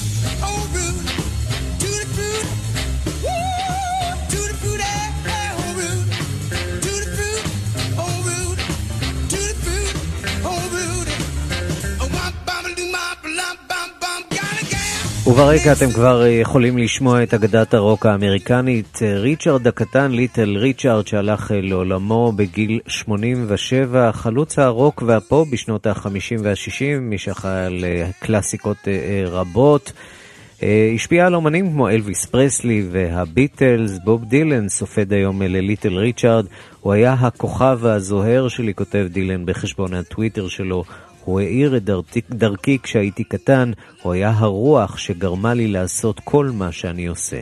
וברקע אתם כבר יכולים לשמוע את אגדת הרוק האמריקנית, ריצ'רד הקטן, ליטל ריצ'רד, שהלך לעולמו בגיל שמונים ושבע, חלוץ הרוק והפופ בשנות ה-חמישים וה-שישים, מי שאחראי על קלאסיקות רבות. השפיע על אומנים כמו אלוויס פרסלי והביטלס. בוב דילן סופד היום לליטל ריצ'רד, הוא היה הכוכב הזוהר שלי, כותב דילן בחשבון הטוויטר שלו. הוא העיר את דרכי כשהייתי קטן, הוא היה הרוח שגרמה לי לעשות כל מה שאני עושה.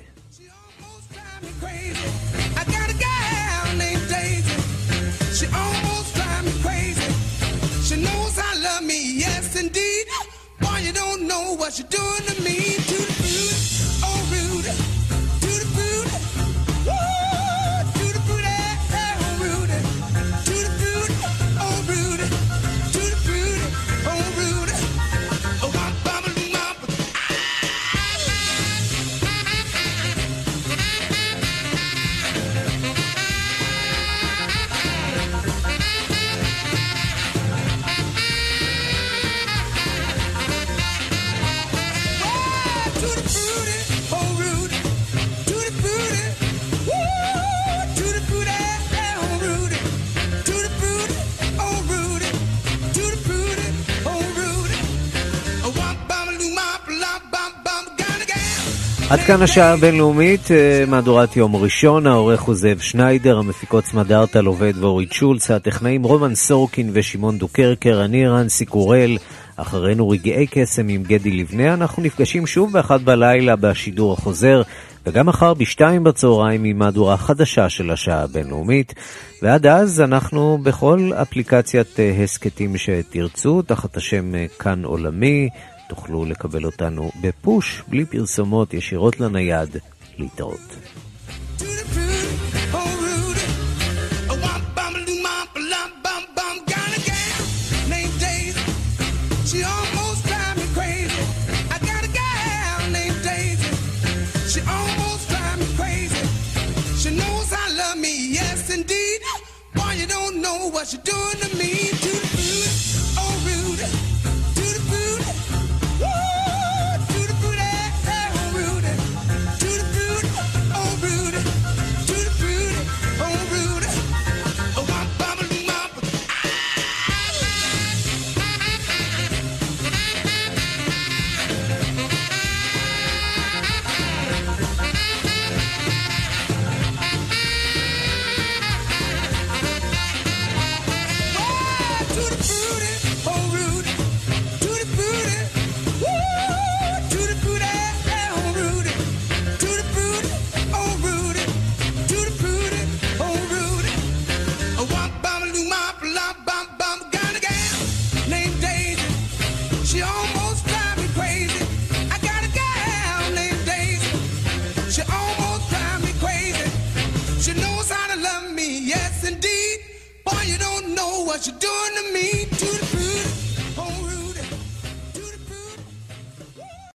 עד כאן השעה הבינלאומית, מהדורת יום ראשון, העורך הוא זאב שניידר, המפיקות סמדארטל עובד ואורית שולץ, הטכנאים רומן סורקין ושמעון דוקרקר, אני רנסי קורל, אחרינו רגעי קסם עם גדי לבנה. אנחנו נפגשים שוב באחת בלילה בשידור החוזר, וגם מחר בשתיים בצהריים עם מהדורה חדשה של השעה הבינלאומית, ועד אז אנחנו בכל אפליקציית הסקטים שתרצו, תחת השם כאן עולמי, תוכלו לקבל אותנו בפוש, בלי פרסומות, ישירות לנייד, להתראות. What you doing to me? To the food, oh rude. To the food, woo. To the food, oh rude. To the food, oh rude. To the food, oh rude. Oh, I'm bubbling up. She almost drive me crazy. I got a gal named Daisy. She almost drive me crazy. She knows how to love me, yes indeed. Boy, you don't know what you're doing to me. To the